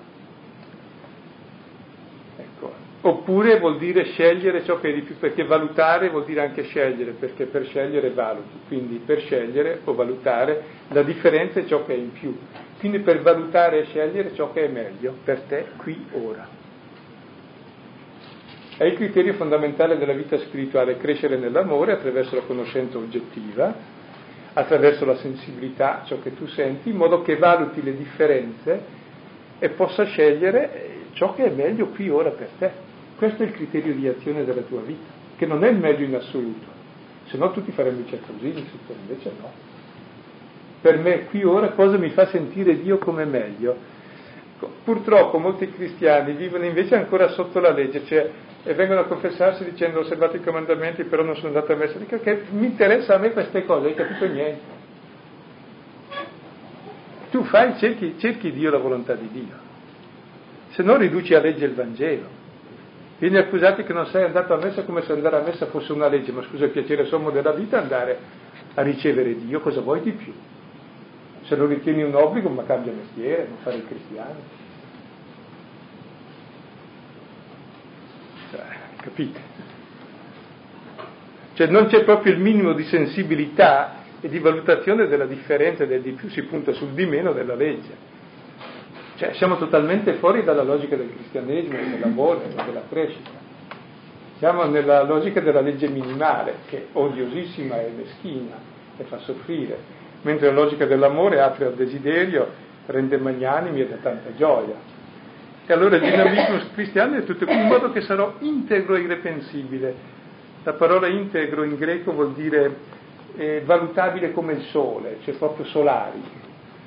Oppure vuol dire scegliere ciò che è di più, perché valutare vuol dire anche scegliere, perché per scegliere valuti, quindi per scegliere o valutare la differenza è ciò che è in più, quindi per valutare e scegliere ciò che è meglio per te qui ora. È il criterio fondamentale della vita spirituale, crescere nell'amore attraverso la conoscenza oggettiva, attraverso la sensibilità, ciò che tu senti, in modo che valuti le differenze e possa scegliere ciò che è meglio qui ora per te. Questo è il criterio di azione della tua vita, che non è il meglio in assoluto, se no tutti faremmo i certosini su te, invece no. Per me qui ora cosa mi fa sentire Dio come meglio? Purtroppo molti cristiani vivono invece ancora sotto la legge, cioè e vengono a confessarsi dicendo ho osservato i comandamenti però non sono andato a messa, dico che mi interessa a me queste cose, hai capito niente. Tu fai, cerchi, cerchi Dio, la volontà di Dio, se no riduci a legge il Vangelo. Vieni accusati che non sei andato a messa come se andare a messa fosse una legge, ma scusa, il piacere sommo della vita è andare a ricevere Dio, cosa vuoi di più? Se lo ritieni un obbligo, ma cambia mestiere, non fare il cristiano. Cioè, capite? Cioè non c'è proprio il minimo di sensibilità e di valutazione della differenza e del di più, si punta sul di meno della legge. Cioè siamo totalmente fuori dalla logica del cristianesimo, dell'amore, della crescita. Siamo nella logica della legge minimale, che è odiosissima e meschina e fa soffrire, mentre la logica dell'amore apre al desiderio, rende magnanimi e dà tanta gioia. E allora il dinamismo cristiano è tutto in modo che sarò integro e irrepensibile. La parola integro in greco vuol dire eh, valutabile come il sole, cioè proprio solari,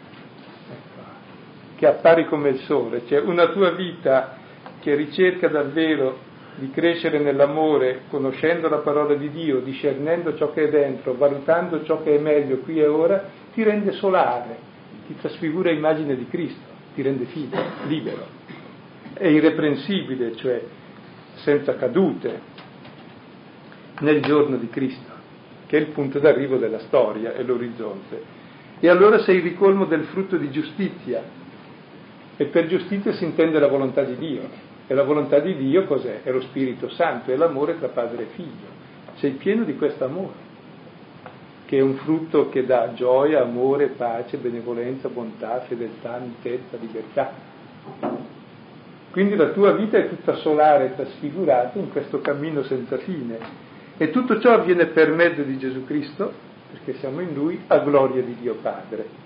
che appari come il sole, cioè una tua vita che ricerca davvero di crescere nell'amore, conoscendo la parola di Dio, discernendo ciò che è dentro, valutando ciò che è meglio qui e ora, ti rende solare, ti trasfigura immagine di Cristo, ti rende figlio, libero, è irreprensibile, cioè senza cadute, nel giorno di Cristo, che è il punto d'arrivo della storia e l'orizzonte. E allora sei il ricolmo del frutto di giustizia. E per giustizia si intende la volontà di Dio. E la volontà di Dio cos'è? È lo Spirito Santo, è l'amore tra padre e figlio. Sei pieno di questo amore, che è un frutto che dà gioia, amore, pace, benevolenza, bontà, fedeltà, mitezza, libertà. Quindi la tua vita è tutta solare e trasfigurata in questo cammino senza fine. E tutto ciò avviene per mezzo di Gesù Cristo, perché siamo in Lui, a gloria di Dio Padre.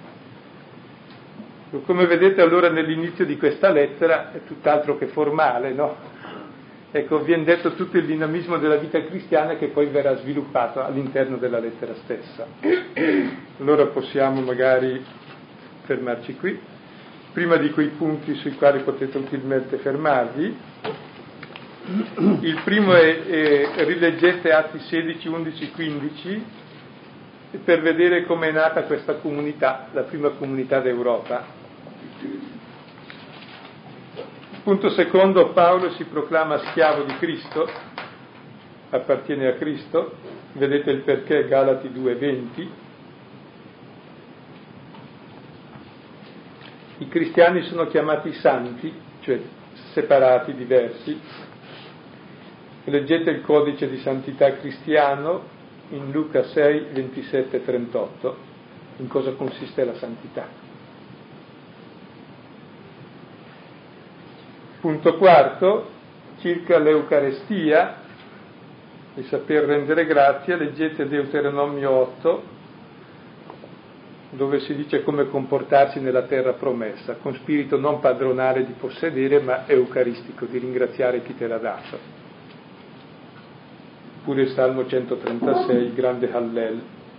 Come vedete allora nell'inizio di questa lettera è tutt'altro che formale, no? Ecco, viene detto tutto il dinamismo della vita cristiana che poi verrà sviluppato all'interno della lettera stessa. Allora possiamo magari fermarci qui. Prima di quei punti sui quali potete utilmente fermarvi, il primo è, è rileggete Atti sedici, undici, quindici per vedere come è nata questa comunità, la prima comunità d'Europa. Punto secondo, Paolo si proclama schiavo di Cristo appartiene a Cristo, vedete il perché, Galati due venti. I cristiani sono chiamati santi, cioè separati, diversi. Leggete il codice di santità cristiano in Luca sei ventisette trentotto, in cosa consiste la santità. Punto quarto, circa l'Eucarestia, il saper rendere grazie, leggete Deuteronomio otto, dove si dice come comportarsi nella terra promessa, con spirito non padronale di possedere, ma eucaristico, di ringraziare chi te l'ha dato. Pure il Salmo centotrentasei, il grande Hallel.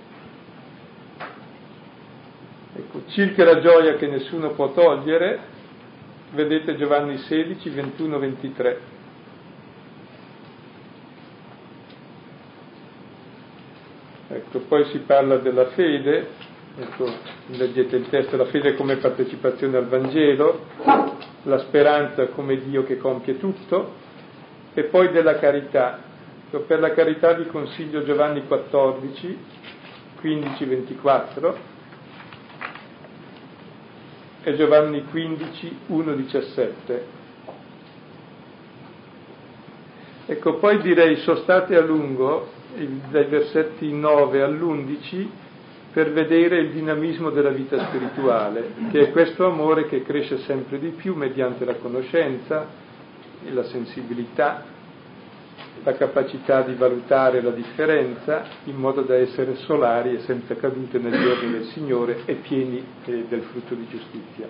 Ecco, circa la gioia che nessuno può togliere, vedete Giovanni sedici ventuno ventitré. Ecco, poi si parla della fede, ecco, leggete il testo, la fede come partecipazione al Vangelo, la speranza come Dio che compie tutto, e poi della carità. Per la carità vi consiglio Giovanni quattordici, quindici ventiquattro e Giovanni quindici, uno diciassette. Ecco, poi direi sostate a lungo dai versetti nove all'undici per vedere il dinamismo della vita spirituale, che è questo amore che cresce sempre di più mediante la conoscenza e la sensibilità, la capacità di valutare la differenza in modo da essere solari e senza cadute nel giorno del Signore e pieni eh, del frutto di giustizia.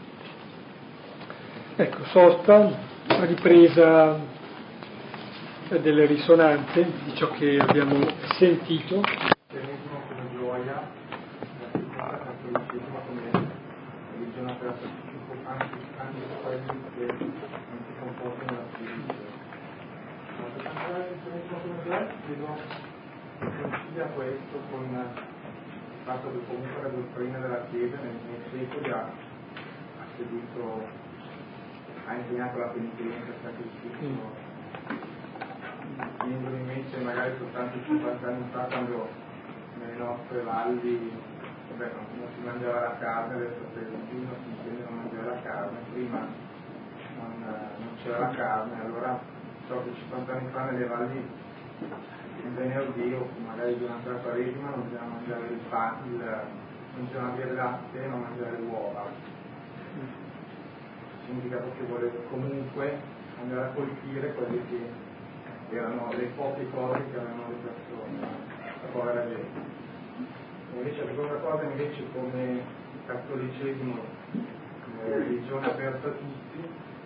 Ecco, sosta, ripresa delle risonanze di ciò che abbiamo sentito. Cristianesimo come gioia, la seconda cattolicesimo come religione aperta anche anche quelli che non si comportano nella spiritualità. Per quanto riguarda il cristianesimo come gioia, credo coincidia questo con il fatto che comunque la dottrina della Chiesa nei, nei secoli ha, ha seguito, ha insegnato la penitenza, il sacrificio. Vengono in mente magari soltanto cinquanta anni fa, quando nelle nostre valli beh, non, non si mangiava la carne, adesso per il giugno si intende non mangiare la carne, prima non, non c'era la carne, allora so che cinquanta anni fa nelle valli il venerdì o magari durante la Quaresima non bisogna mangiare il pane, il, non bisogna bere latte e non mangiare uova. Significa che vuole comunque andare a colpire quelli che erano le poche cose che avevano le persone, la povera gente. E invece la seconda cosa invece come il cattolicesimo, come religione aperta a tutti,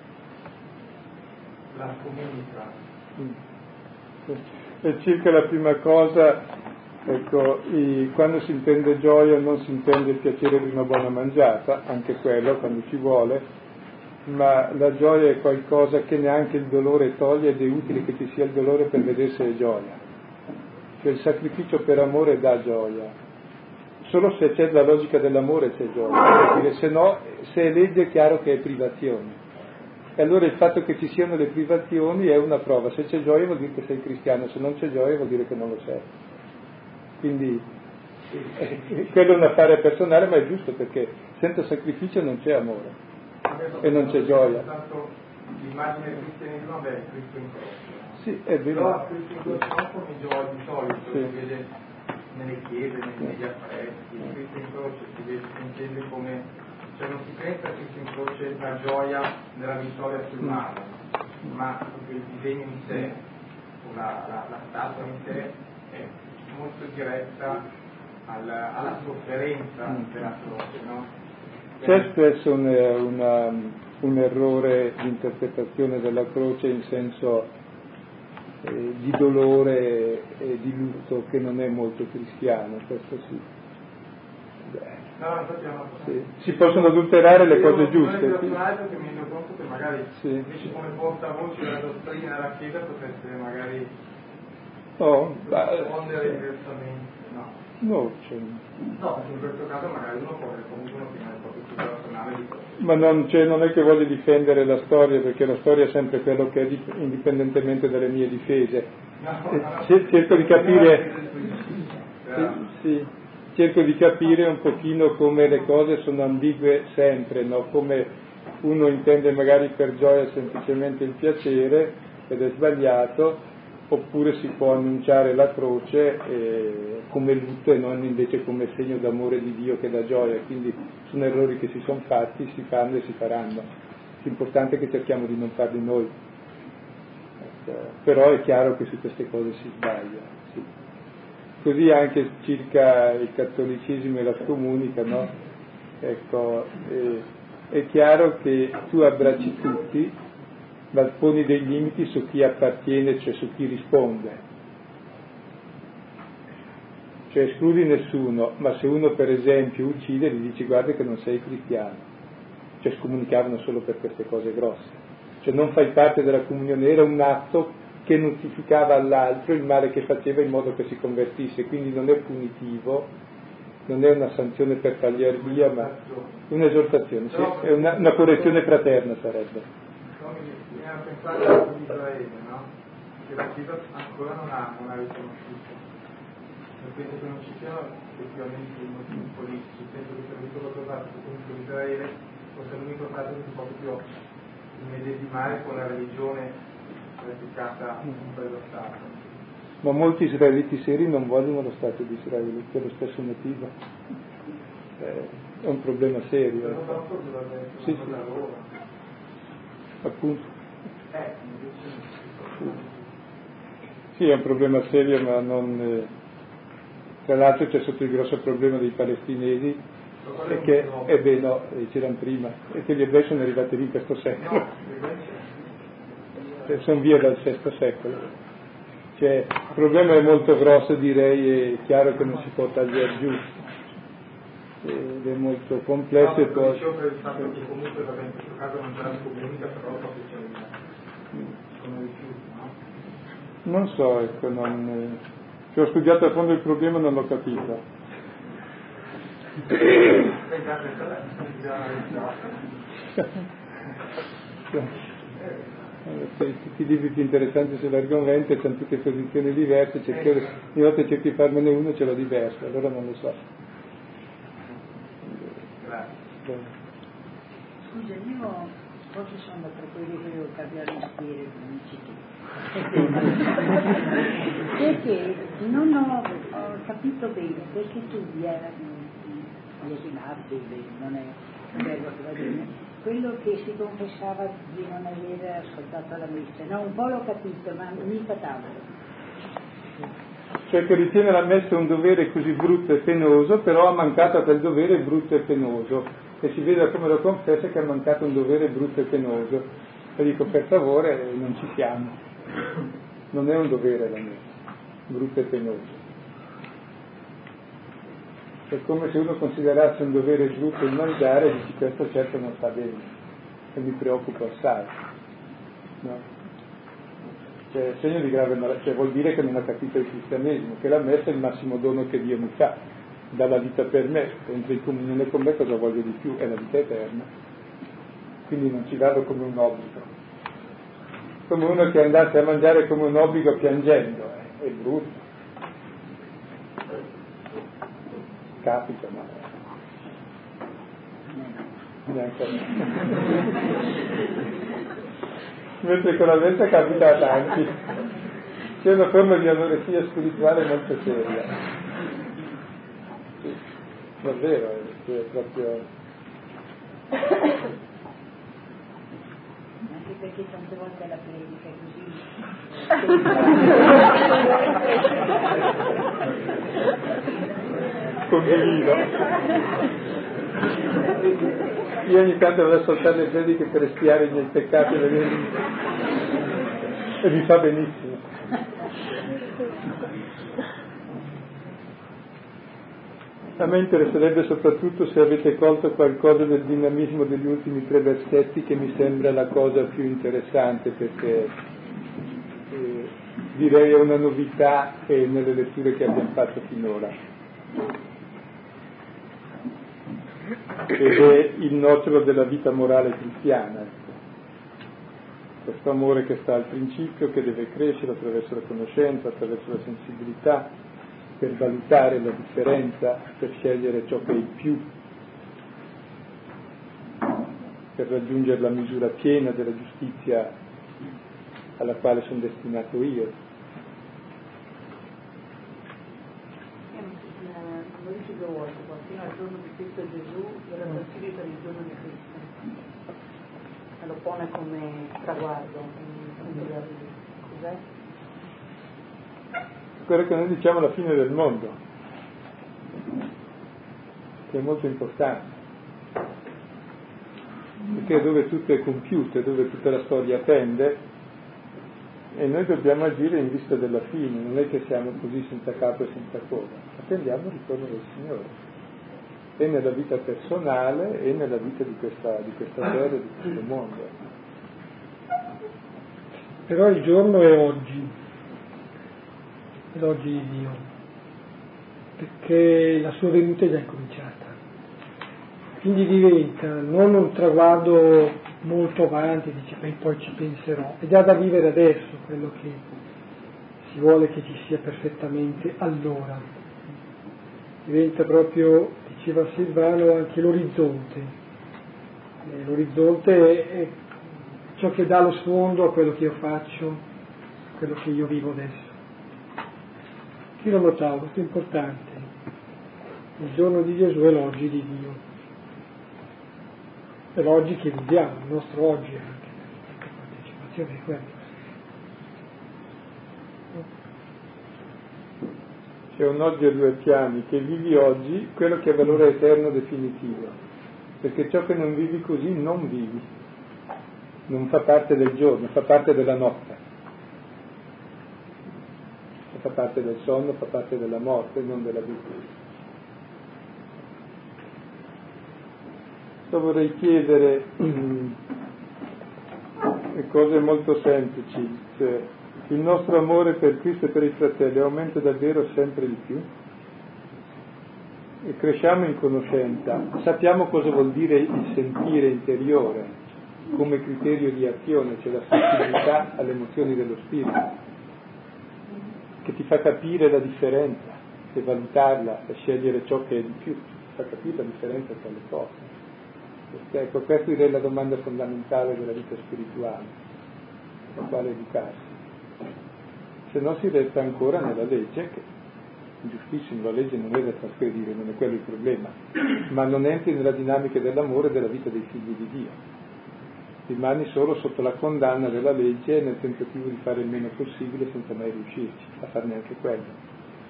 la comunità. E circa la prima cosa, ecco, i, quando si intende gioia non si intende il piacere di una buona mangiata, anche quello quando ci vuole, ma la gioia è qualcosa che neanche il dolore toglie ed è utile che ci sia il dolore per vedere se è gioia. Cioè il sacrificio per amore dà gioia. Solo se c'è la logica dell'amore c'è gioia, dire, se no, se è legge è chiaro che è privazione. E allora il fatto che ci siano le privazioni è una prova. Se c'è gioia vuol dire che sei cristiano, se non c'è gioia vuol dire che non lo sei. Quindi eh, quello è un affare personale, ma è giusto, perché senza sacrificio non c'è amore. E non c'è gioia. L'immagine del cristianesimo è il Cristo in croce. Sì, è vero. Però il Cristo in croce non come gioia di solito, sì. Si vede nelle chiese, nei media affreschi, il Cristo in croce si, vede, si intende come, cioè non si pensa al Cristo in croce la gioia della vittoria sul mare, mm. ma il disegno in sé, la, la, la statua in sé è molto diretta alla, alla sofferenza mm. della croce, no? C'è spesso un, una, un errore di interpretazione della croce in senso eh, di dolore e di lutto che non è molto cristiano, questo sì. Beh, no, infatti no, sì. Si possono adulterare le cose giuste. Io sì. che mi rendo conto che magari sì. invece come portavoce della dottrina della Chiesa potesse magari oh, rispondere diversamente. No. No, cioè... no, perché in questo caso magari uno può avere comunque un'opinione proprio più personale Ma non, cioè, non è che voglio difendere la storia, perché la storia è sempre quello che è, indipendentemente dalle mie difese. Eh, cerco di capire, sì, sì, cerco di capire un pochino come le cose sono ambigue sempre, no? Come uno intende magari per gioia semplicemente il piacere, ed è sbagliato, oppure si può annunciare la croce eh, come lutto e non invece come segno d'amore di Dio che dà gioia. Quindi sono errori che si sono fatti, si fanno e si faranno. L'importante è che cerchiamo di non farli noi. Ecco, però è chiaro che su queste cose si sbaglia. Sì. Così anche circa il cattolicesimo e la scomunica, no? Ecco, eh, è chiaro che tu abbracci tutti, ma poni dei limiti su chi appartiene, cioè su chi risponde. Cioè escludi nessuno, ma se uno per esempio uccide gli dici guarda che non sei cristiano. Cioè scomunicavano solo per queste cose grosse. Cioè non fai parte della comunione, era un atto che notificava all'altro il male che faceva in modo che si convertisse, quindi non è punitivo, non è una sanzione per tagliare via, ma un'esortazione, sì, è una, una correzione fraterna sarebbe. Mi ha pensato a Israele, no? Che la Chiesa ancora non ha, non ha riconosciuto. E penso che non ci siano effettivamente dei motivi politici, penso che per tutto quello che ha fatto contro Israele fosse l'unico caso che si può proprio immedesimare con la religione praticata in quello Stato. Ma molti israeliti seri non vogliono lo Stato di Israele per lo stesso motivo. Eh, è un problema serio. Però dopo dovrebbe essere sì, una cosa sì. loro. Appunto. Eh, sì, è un problema serio, ma non... Eh, tra l'altro c'è sotto il grosso problema dei palestinesi, e che, eh beh no, c'erano prima, e che gli ebrei sono arrivati lì in questo secolo. Cioè, sono via dal sesto secolo. Cioè, il problema è molto grosso, direi, è chiaro che non si può tagliare giù. Ed è molto complesso. No, e poi... dicevo per il fatto che comunque in questo caso non c'è la comunica, però proprio c'è il come rifiuto, no? Non so, ecco, non... Cioè, ho studiato a fondo il problema e non l'ho capito. Tutti i libri più interessanti sull'argomento c'hanno tutte posizioni diverse, cerco, ogni volta cerchi di farmene uno ce l'ho diverso, allora non lo so. Scusa, io forse sono tra quelli che devo cambiare il stile, come dici tu. Perché non ho, ho capito bene, perché tu vi erano gli esimati, non è bello da dire, quello che si confessava di non aver ascoltato la messa, no, un po' l'ho capito, ma mica tanto. Cioè che ritiene la messa un dovere così brutto e penoso, però ha mancato a quel dovere brutto e penoso, e si vede come lo confessa che ha mancato un dovere brutto e penoso. E dico, per favore, non ci siamo, non è un dovere la messa, brutto e penoso. È come se uno considerasse un dovere brutto il mangiare e dici questo certo non sta bene, e mi preoccupo assai, no? Cioè, segno di grave malattia, cioè, vuol dire che non ha capito il cristianesimo, che la messa è il massimo dono che Dio mi fa, dà la vita per me, entro in comunione con me cosa voglio di più? È la vita eterna, quindi non ci vado come un obbligo, come uno che andasse a mangiare come un obbligo piangendo, eh, è brutto, capita, ma neanche a me. Invece con la messa capita a tanti. C'è una forma di anoressia spirituale molto seria. Sì, davvero, è proprio... Anche perché tante volte la predica è così. Condivido. Io ogni tanto vado a ascoltare le prediche per espiare i miei peccati e, e mi fa benissimo. A me interesserebbe soprattutto se avete colto qualcosa del dinamismo degli ultimi tre versetti, che mi sembra la cosa più interessante, perché eh, direi è una novità eh, nelle letture che abbiamo fatto finora. ed è il nocciolo della vita morale cristiana. Ecco. Questo amore che sta al principio, che deve crescere attraverso la conoscenza, attraverso la sensibilità, per valutare la differenza, per scegliere ciò che è il più, per raggiungere la misura piena della giustizia alla quale sono destinato io. Due volte, fino al giorno di Cristo Gesù era trasferito per il giorno di Cristo, e lo pone come traguardo. Cos'è? Quello che noi diciamo la fine del mondo, che è molto importante, perché è dove tutto è compiuto, è dove tutta la storia tende, e noi dobbiamo agire in vista della fine, non è che siamo così senza capo e senza coda, attendiamo il ritorno del Signore, e nella vita personale e nella vita di questa, di questa terra e di questo mondo. Però il giorno è oggi, è l'oggi di Dio, perché la sua venuta è già incominciata, quindi diventa non un traguardo molto avanti, dice beh poi ci penserò, è già da vivere adesso quello che si vuole che ci sia perfettamente allora, diventa proprio, diceva Silvano, anche l'orizzonte, e l'orizzonte è ciò che dà lo sfondo a quello che io faccio, a quello che io vivo adesso. Qui lo notavo, questo è importante, il giorno di Gesù è l'oggi di Dio, è l'oggi che viviamo, il nostro oggi anche, la partecipazione è quella. C'è un oggi a due piani, che vivi oggi quello che è valore eterno definitivo, perché ciò che non vivi così non vivi, non fa parte del giorno, fa parte della notte, fa parte del sonno, fa parte della morte, non della vita. Io vorrei chiedere mm, cose molto semplici, cioè, il nostro amore per Cristo e per i fratelli aumenta davvero sempre di più? E cresciamo in conoscenza, sappiamo cosa vuol dire il sentire interiore come criterio di azione, cioè la sensibilità alle emozioni dello spirito, che ti fa capire la differenza e valutarla e scegliere ciò che è di più, ti fa capire la differenza tra le cose. Perché, ecco, questa è la domanda fondamentale della vita spirituale, la quale educarsi. Se no si resta ancora nella legge, che è giustissimo, la legge non è da trasgredire, non è quello il problema, ma non entri nella dinamica dell'amore e della vita dei figli di Dio. Rimani solo sotto la condanna della legge nel tentativo di fare il meno possibile senza mai riuscirci a far neanche quello.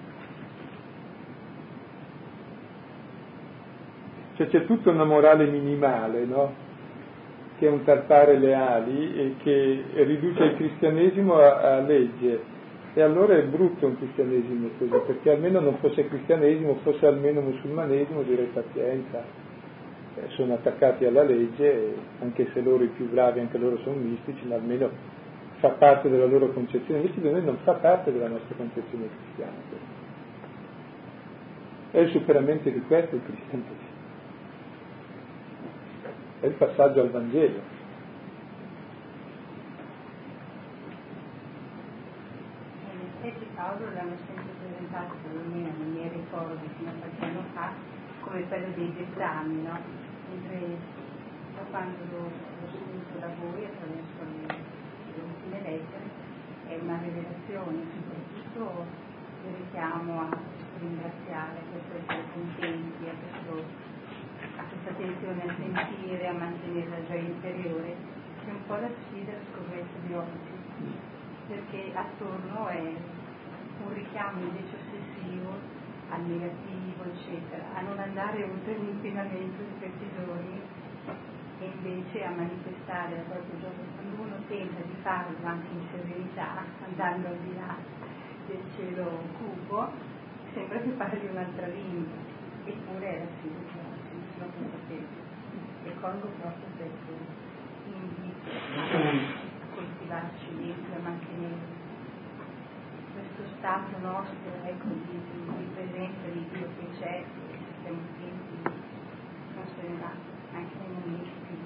Cioè c'è tutta una morale minimale, no? Che è un tartare le ali e che riduce il cristianesimo a, a legge, e allora è brutto un cristianesimo così, perché almeno non fosse cristianesimo, fosse almeno musulmanesimo, direi pazienza, eh, sono attaccati alla legge, anche se loro i più bravi, anche loro sono mistici, ma almeno fa parte della loro concezione, invece di noi non fa parte della nostra concezione cristiana. È il superamento di questo il cristianesimo. È il passaggio al Vangelo. In effetti Paolo l'hanno sempre presentato, perlomeno non mi ricordo fino a qualche anno fa, come quello degli esami, no? Mentre da quando lo, lo sento da voi attraverso le, le ultime lettere è una rivelazione, soprattutto il richiamo a ringraziare, a questo essere contenti, a questo a questa attenzione a sentire, a mantenere la gioia interiore, che è un po' la sfida e la scoperta di oggi, perché attorno è un richiamo invece ossessivo al negativo, eccetera, a non andare oltre l'inquinamento di questi giorni e invece a manifestare la propria gioia. Quando uno tenta di farlo anche in serenità, andando al di là del cielo cupo, sembra che parli un'altra lingua, eppure è la stessa. E colgo proprio questo invito a coltivarci dentro, a mantenere questo stato nostro, ecco, di, di presenza di Dio che c'è, che siamo attenti, non succederà anche nei momenti più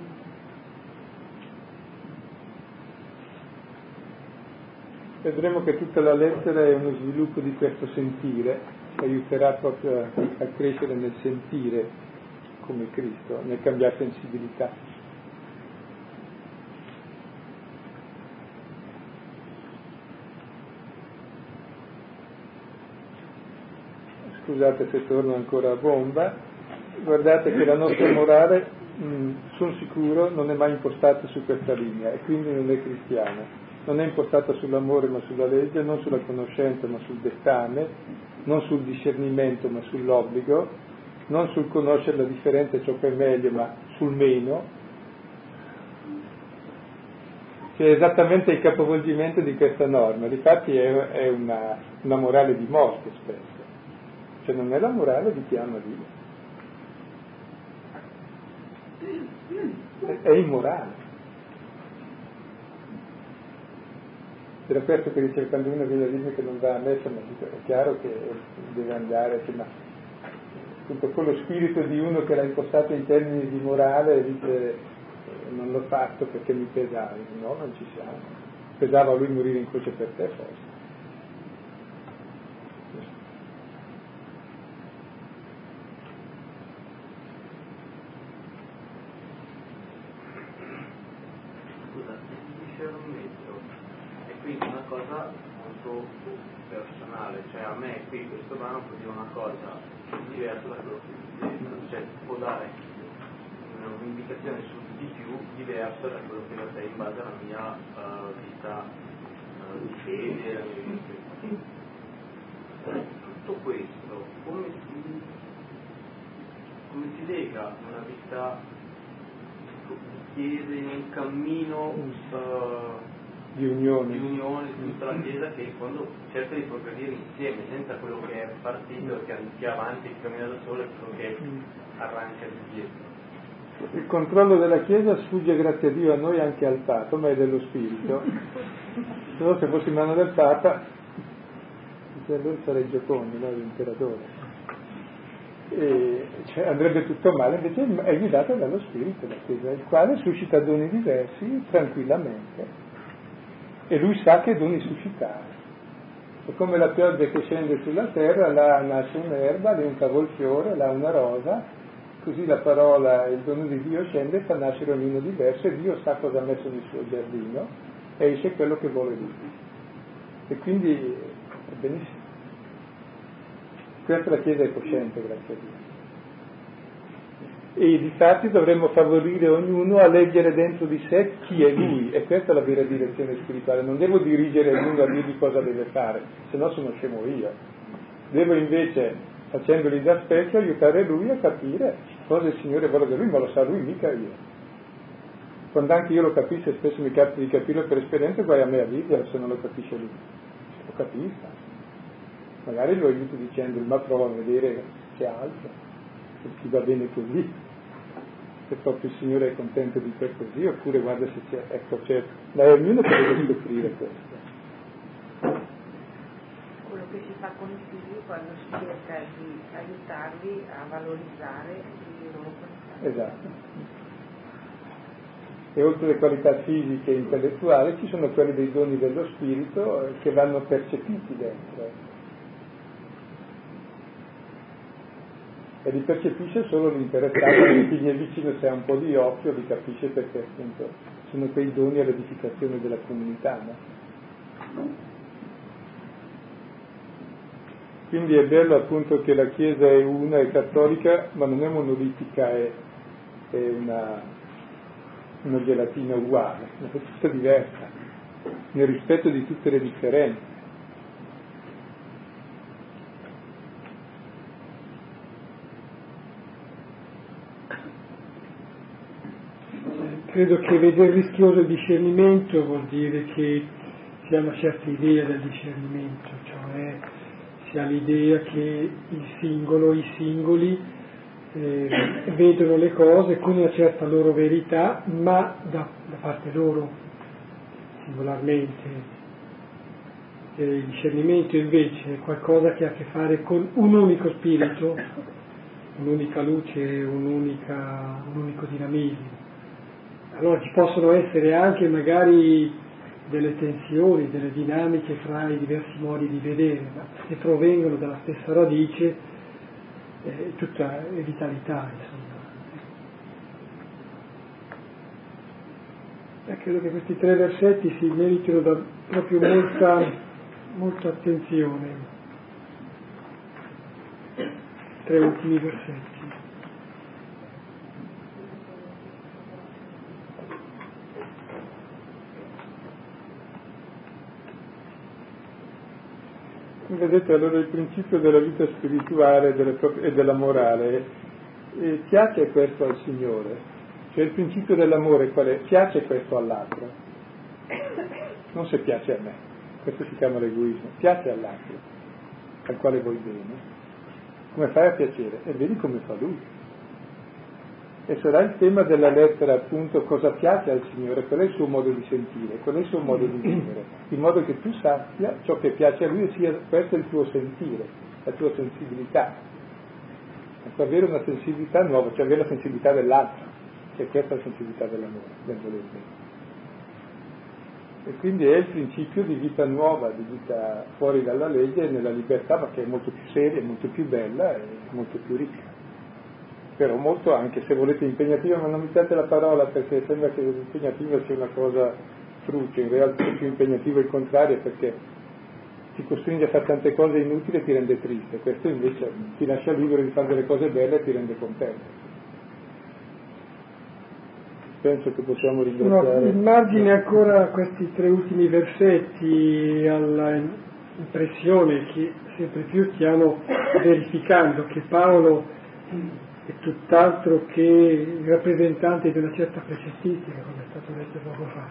bui. Vedremo che tutta la lettera è uno sviluppo di questo sentire, aiuterà proprio a, a crescere nel sentire come Cristo, nel cambiare sensibilità. Scusate se torno ancora a bomba, guardate che la nostra morale, mh, sono sicuro, non è mai impostata su questa linea e quindi non è cristiana. Non è impostata sull'amore ma sulla legge, non sulla conoscenza ma sul dettame, non sul discernimento ma sull'obbligo, non sul conoscere la differenza e ciò che è meglio ma sul meno, che è esattamente il capovolgimento di questa norma. Difatti è, è una, una morale di morte spesso. Cioè non è la morale di chi ama Dio, è, è immorale. Era questo che dice quando uno viene a dirmi che non va a messa, ma dico, è chiaro che deve andare, che, ma appunto con lo spirito di uno che l'ha impostato in termini di morale dice eh, non l'ho fatto perché mi pesava. No, non ci siamo. Pesava a lui morire in croce per te forse. Una cosa molto personale, cioè a me qui questo brano può dire una cosa diversa da quello che mi sembra, cioè può dare un'indicazione su di più diversa da quello che da te in base alla mia uh, vita uh, di fede, alla mia vita. Tutto questo come si, come si lega una vita di chiesa in un cammino uh, Di unione. di unione di tutta la Chiesa che quando cerca di progredire insieme senza quello che è partito che è avanti che cammina da solo e quello che arranca di dietro. Il controllo della Chiesa sfugge grazie a Dio a noi anche al Papa, ma è dello Spirito. Se no se fosse in mano del Papa allora sarei Giocondo, no? L'imperatore. E, cioè, andrebbe tutto male, invece è guidata dallo Spirito la Chiesa, il quale suscita doni diversi tranquillamente. E lui sa che doni suscitare. È come la pioggia che scende sulla terra, là nasce un'erba, lì un cavolfiore, là una rosa, così la parola, il dono di Dio scende e fa nascere ognuno diverso e Dio sa cosa ha messo nel suo giardino e esce quello che vuole lui. E quindi è benissimo. Questa la Chiesa è cosciente, grazie a Dio. E difatti dovremmo favorire ognuno a leggere dentro di sé chi è lui, e questa è la vera direzione spirituale. Non devo dirigere ognuno a dirgli cosa deve fare, se no sono scemo io. Devo invece, facendogli da specchio, aiutare lui a capire cosa il Signore vuole da lui, ma lo sa lui, mica io. Quando anche io lo capisco, e spesso mi capita di capirlo per esperienza, guai a me a vivere se non lo capisce lui. Lo capisca. Magari lo aiuto dicendo, ma prova a vedere c'è altro, se ti va bene così. Se proprio il Signore è contento di te così, oppure guarda se c'è, ecco, c'è, dai ognuno che deve scoprire questo. Quello che si fa con i figli quando si cerca di aiutarli a valorizzare le loro qualità. Esatto. E oltre alle qualità fisiche e intellettuali ci sono quelli dei doni dello spirito che vanno percepiti dentro. E li percepisce solo l'interessato, e chi gli è vicino, se ha un po' di occhio, li capisce perché appunto sono quei doni all'edificazione della comunità, no? Quindi è bello appunto che la Chiesa è una, è cattolica, ma non è monolitica, è, è una, una gelatina uguale, è tutta diversa, nel rispetto di tutte le differenze. Credo che vedere rischioso il discernimento vuol dire che si ha una certa idea del discernimento, cioè si ha l'idea che il singolo, i singoli eh, vedono le cose con una certa loro verità, ma da, da parte loro, singolarmente. E il discernimento invece è qualcosa che ha a che fare con un unico spirito, un'unica luce, un'unica, un unico dinamismo. Allora ci possono essere anche magari delle tensioni, delle dinamiche fra i diversi modi di vedere, ma se provengono dalla stessa radice eh, tutta è vitalità, insomma. E credo che questi tre versetti si meritino da proprio molta, molta attenzione. Tre ultimi versetti. Vedete, allora il principio della vita spirituale delle proprie, e della morale eh, piace questo al Signore, cioè il principio dell'amore qual è? Piace questo all'altro, non se piace a me, questo si chiama l'egoismo, piace all'altro, al quale vuoi bene, come fai a piacere? E vedi come fa lui. E sarà il tema della lettera, appunto, cosa piace al Signore, qual è il suo modo di sentire, qual è il suo modo di vivere, in modo che tu sappia ciò che piace a lui e sia questo il tuo sentire, la tua sensibilità. Ecco, avere una sensibilità nuova, cioè avere la sensibilità dell'altro, che è questa la sensibilità dell'amore, del voler bene. E quindi è il principio di vita nuova, di vita fuori dalla legge, nella libertà, ma che è molto più seria, molto più bella e molto più ricca. Però molto, anche se volete, impegnativa, ma non mi piace la parola perché sembra che l'impegnativa sia una cosa fruce, in realtà è più impegnativo il contrario, perché ti costringe a fare tante cose inutili e ti rende triste, questo invece ti lascia libero di fare delle cose belle e ti rende contento. Penso che possiamo ringraziare. No, in margine ancora a questi tre ultimi versetti, all'impressione che sempre più stiamo verificando che Paolo è tutt'altro che il rappresentante di una certa precettistica, come è stato detto poco fa.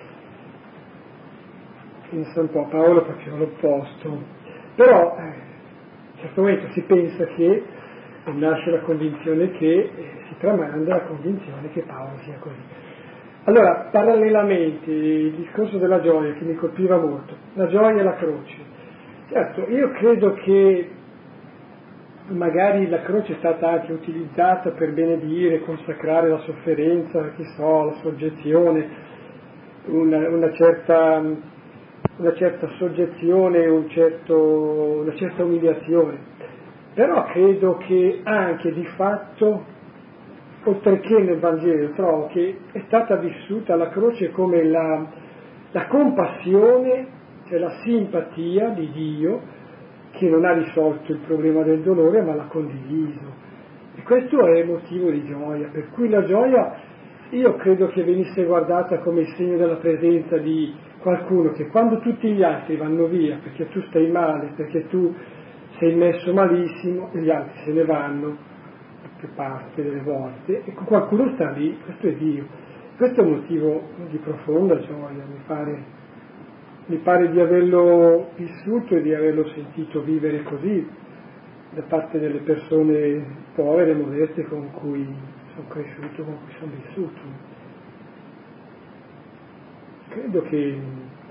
Pensa un po', Paolo faceva l'opposto, però eh, a un certo momento si pensa che nasce la convinzione che eh, si tramanda la convinzione che Paolo sia così. Allora, parallelamente, il discorso della gioia che mi colpiva molto, la gioia e la croce. Certo, io credo che magari la croce è stata anche utilizzata per benedire, consacrare la sofferenza, che so, la soggezione, una, una, certa, una certa soggezione, un certo, una certa umiliazione. Però credo che anche di fatto, oltre che nel Vangelo, trovo che è stata vissuta la croce come la, la compassione, cioè la simpatia di Dio, che non ha risolto il problema del dolore ma l'ha condiviso, e questo è motivo di gioia, per cui la gioia io credo che venisse guardata come il segno della presenza di qualcuno che quando tutti gli altri vanno via perché tu stai male, perché tu sei messo malissimo, e gli altri se ne vanno più parte delle volte, e qualcuno sta lì, questo è Dio. Questo è un motivo di profonda gioia, mi pare Mi pare di averlo vissuto e di averlo sentito vivere così da parte delle persone povere, modeste con cui sono cresciuto, con cui sono vissuto. Credo che,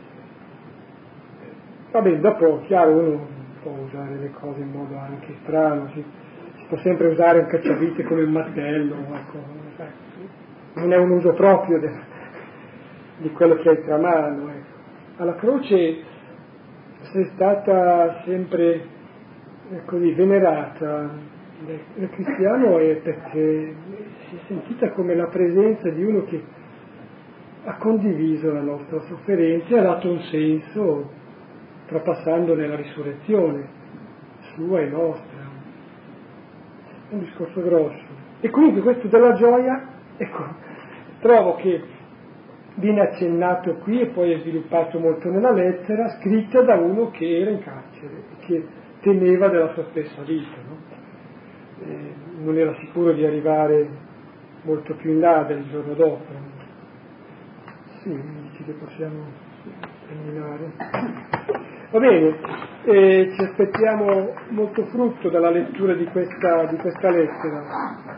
va bene, dopo, chiaro, uno può usare le cose in modo anche strano, si, si può sempre usare un cacciavite come un martello, ecco, non è un uso proprio de, di quello che hai tra mano, ecco. Alla croce sei stata sempre eh, così venerata nel cristiano, è perché si è sentita come la presenza di uno che ha condiviso la nostra sofferenza e ha dato un senso trapassando nella risurrezione sua e nostra. È un discorso grosso. E comunque questo della gioia, ecco, trovo che viene accennato qui e poi è sviluppato molto nella lettera, scritta da uno che era in carcere, che temeva della sua stessa vita, no? Eh, non era sicuro di arrivare molto più in là del giorno dopo. Sì, dici che possiamo terminare. Va bene, eh, ci aspettiamo molto frutto dalla lettura di questa, di questa lettera.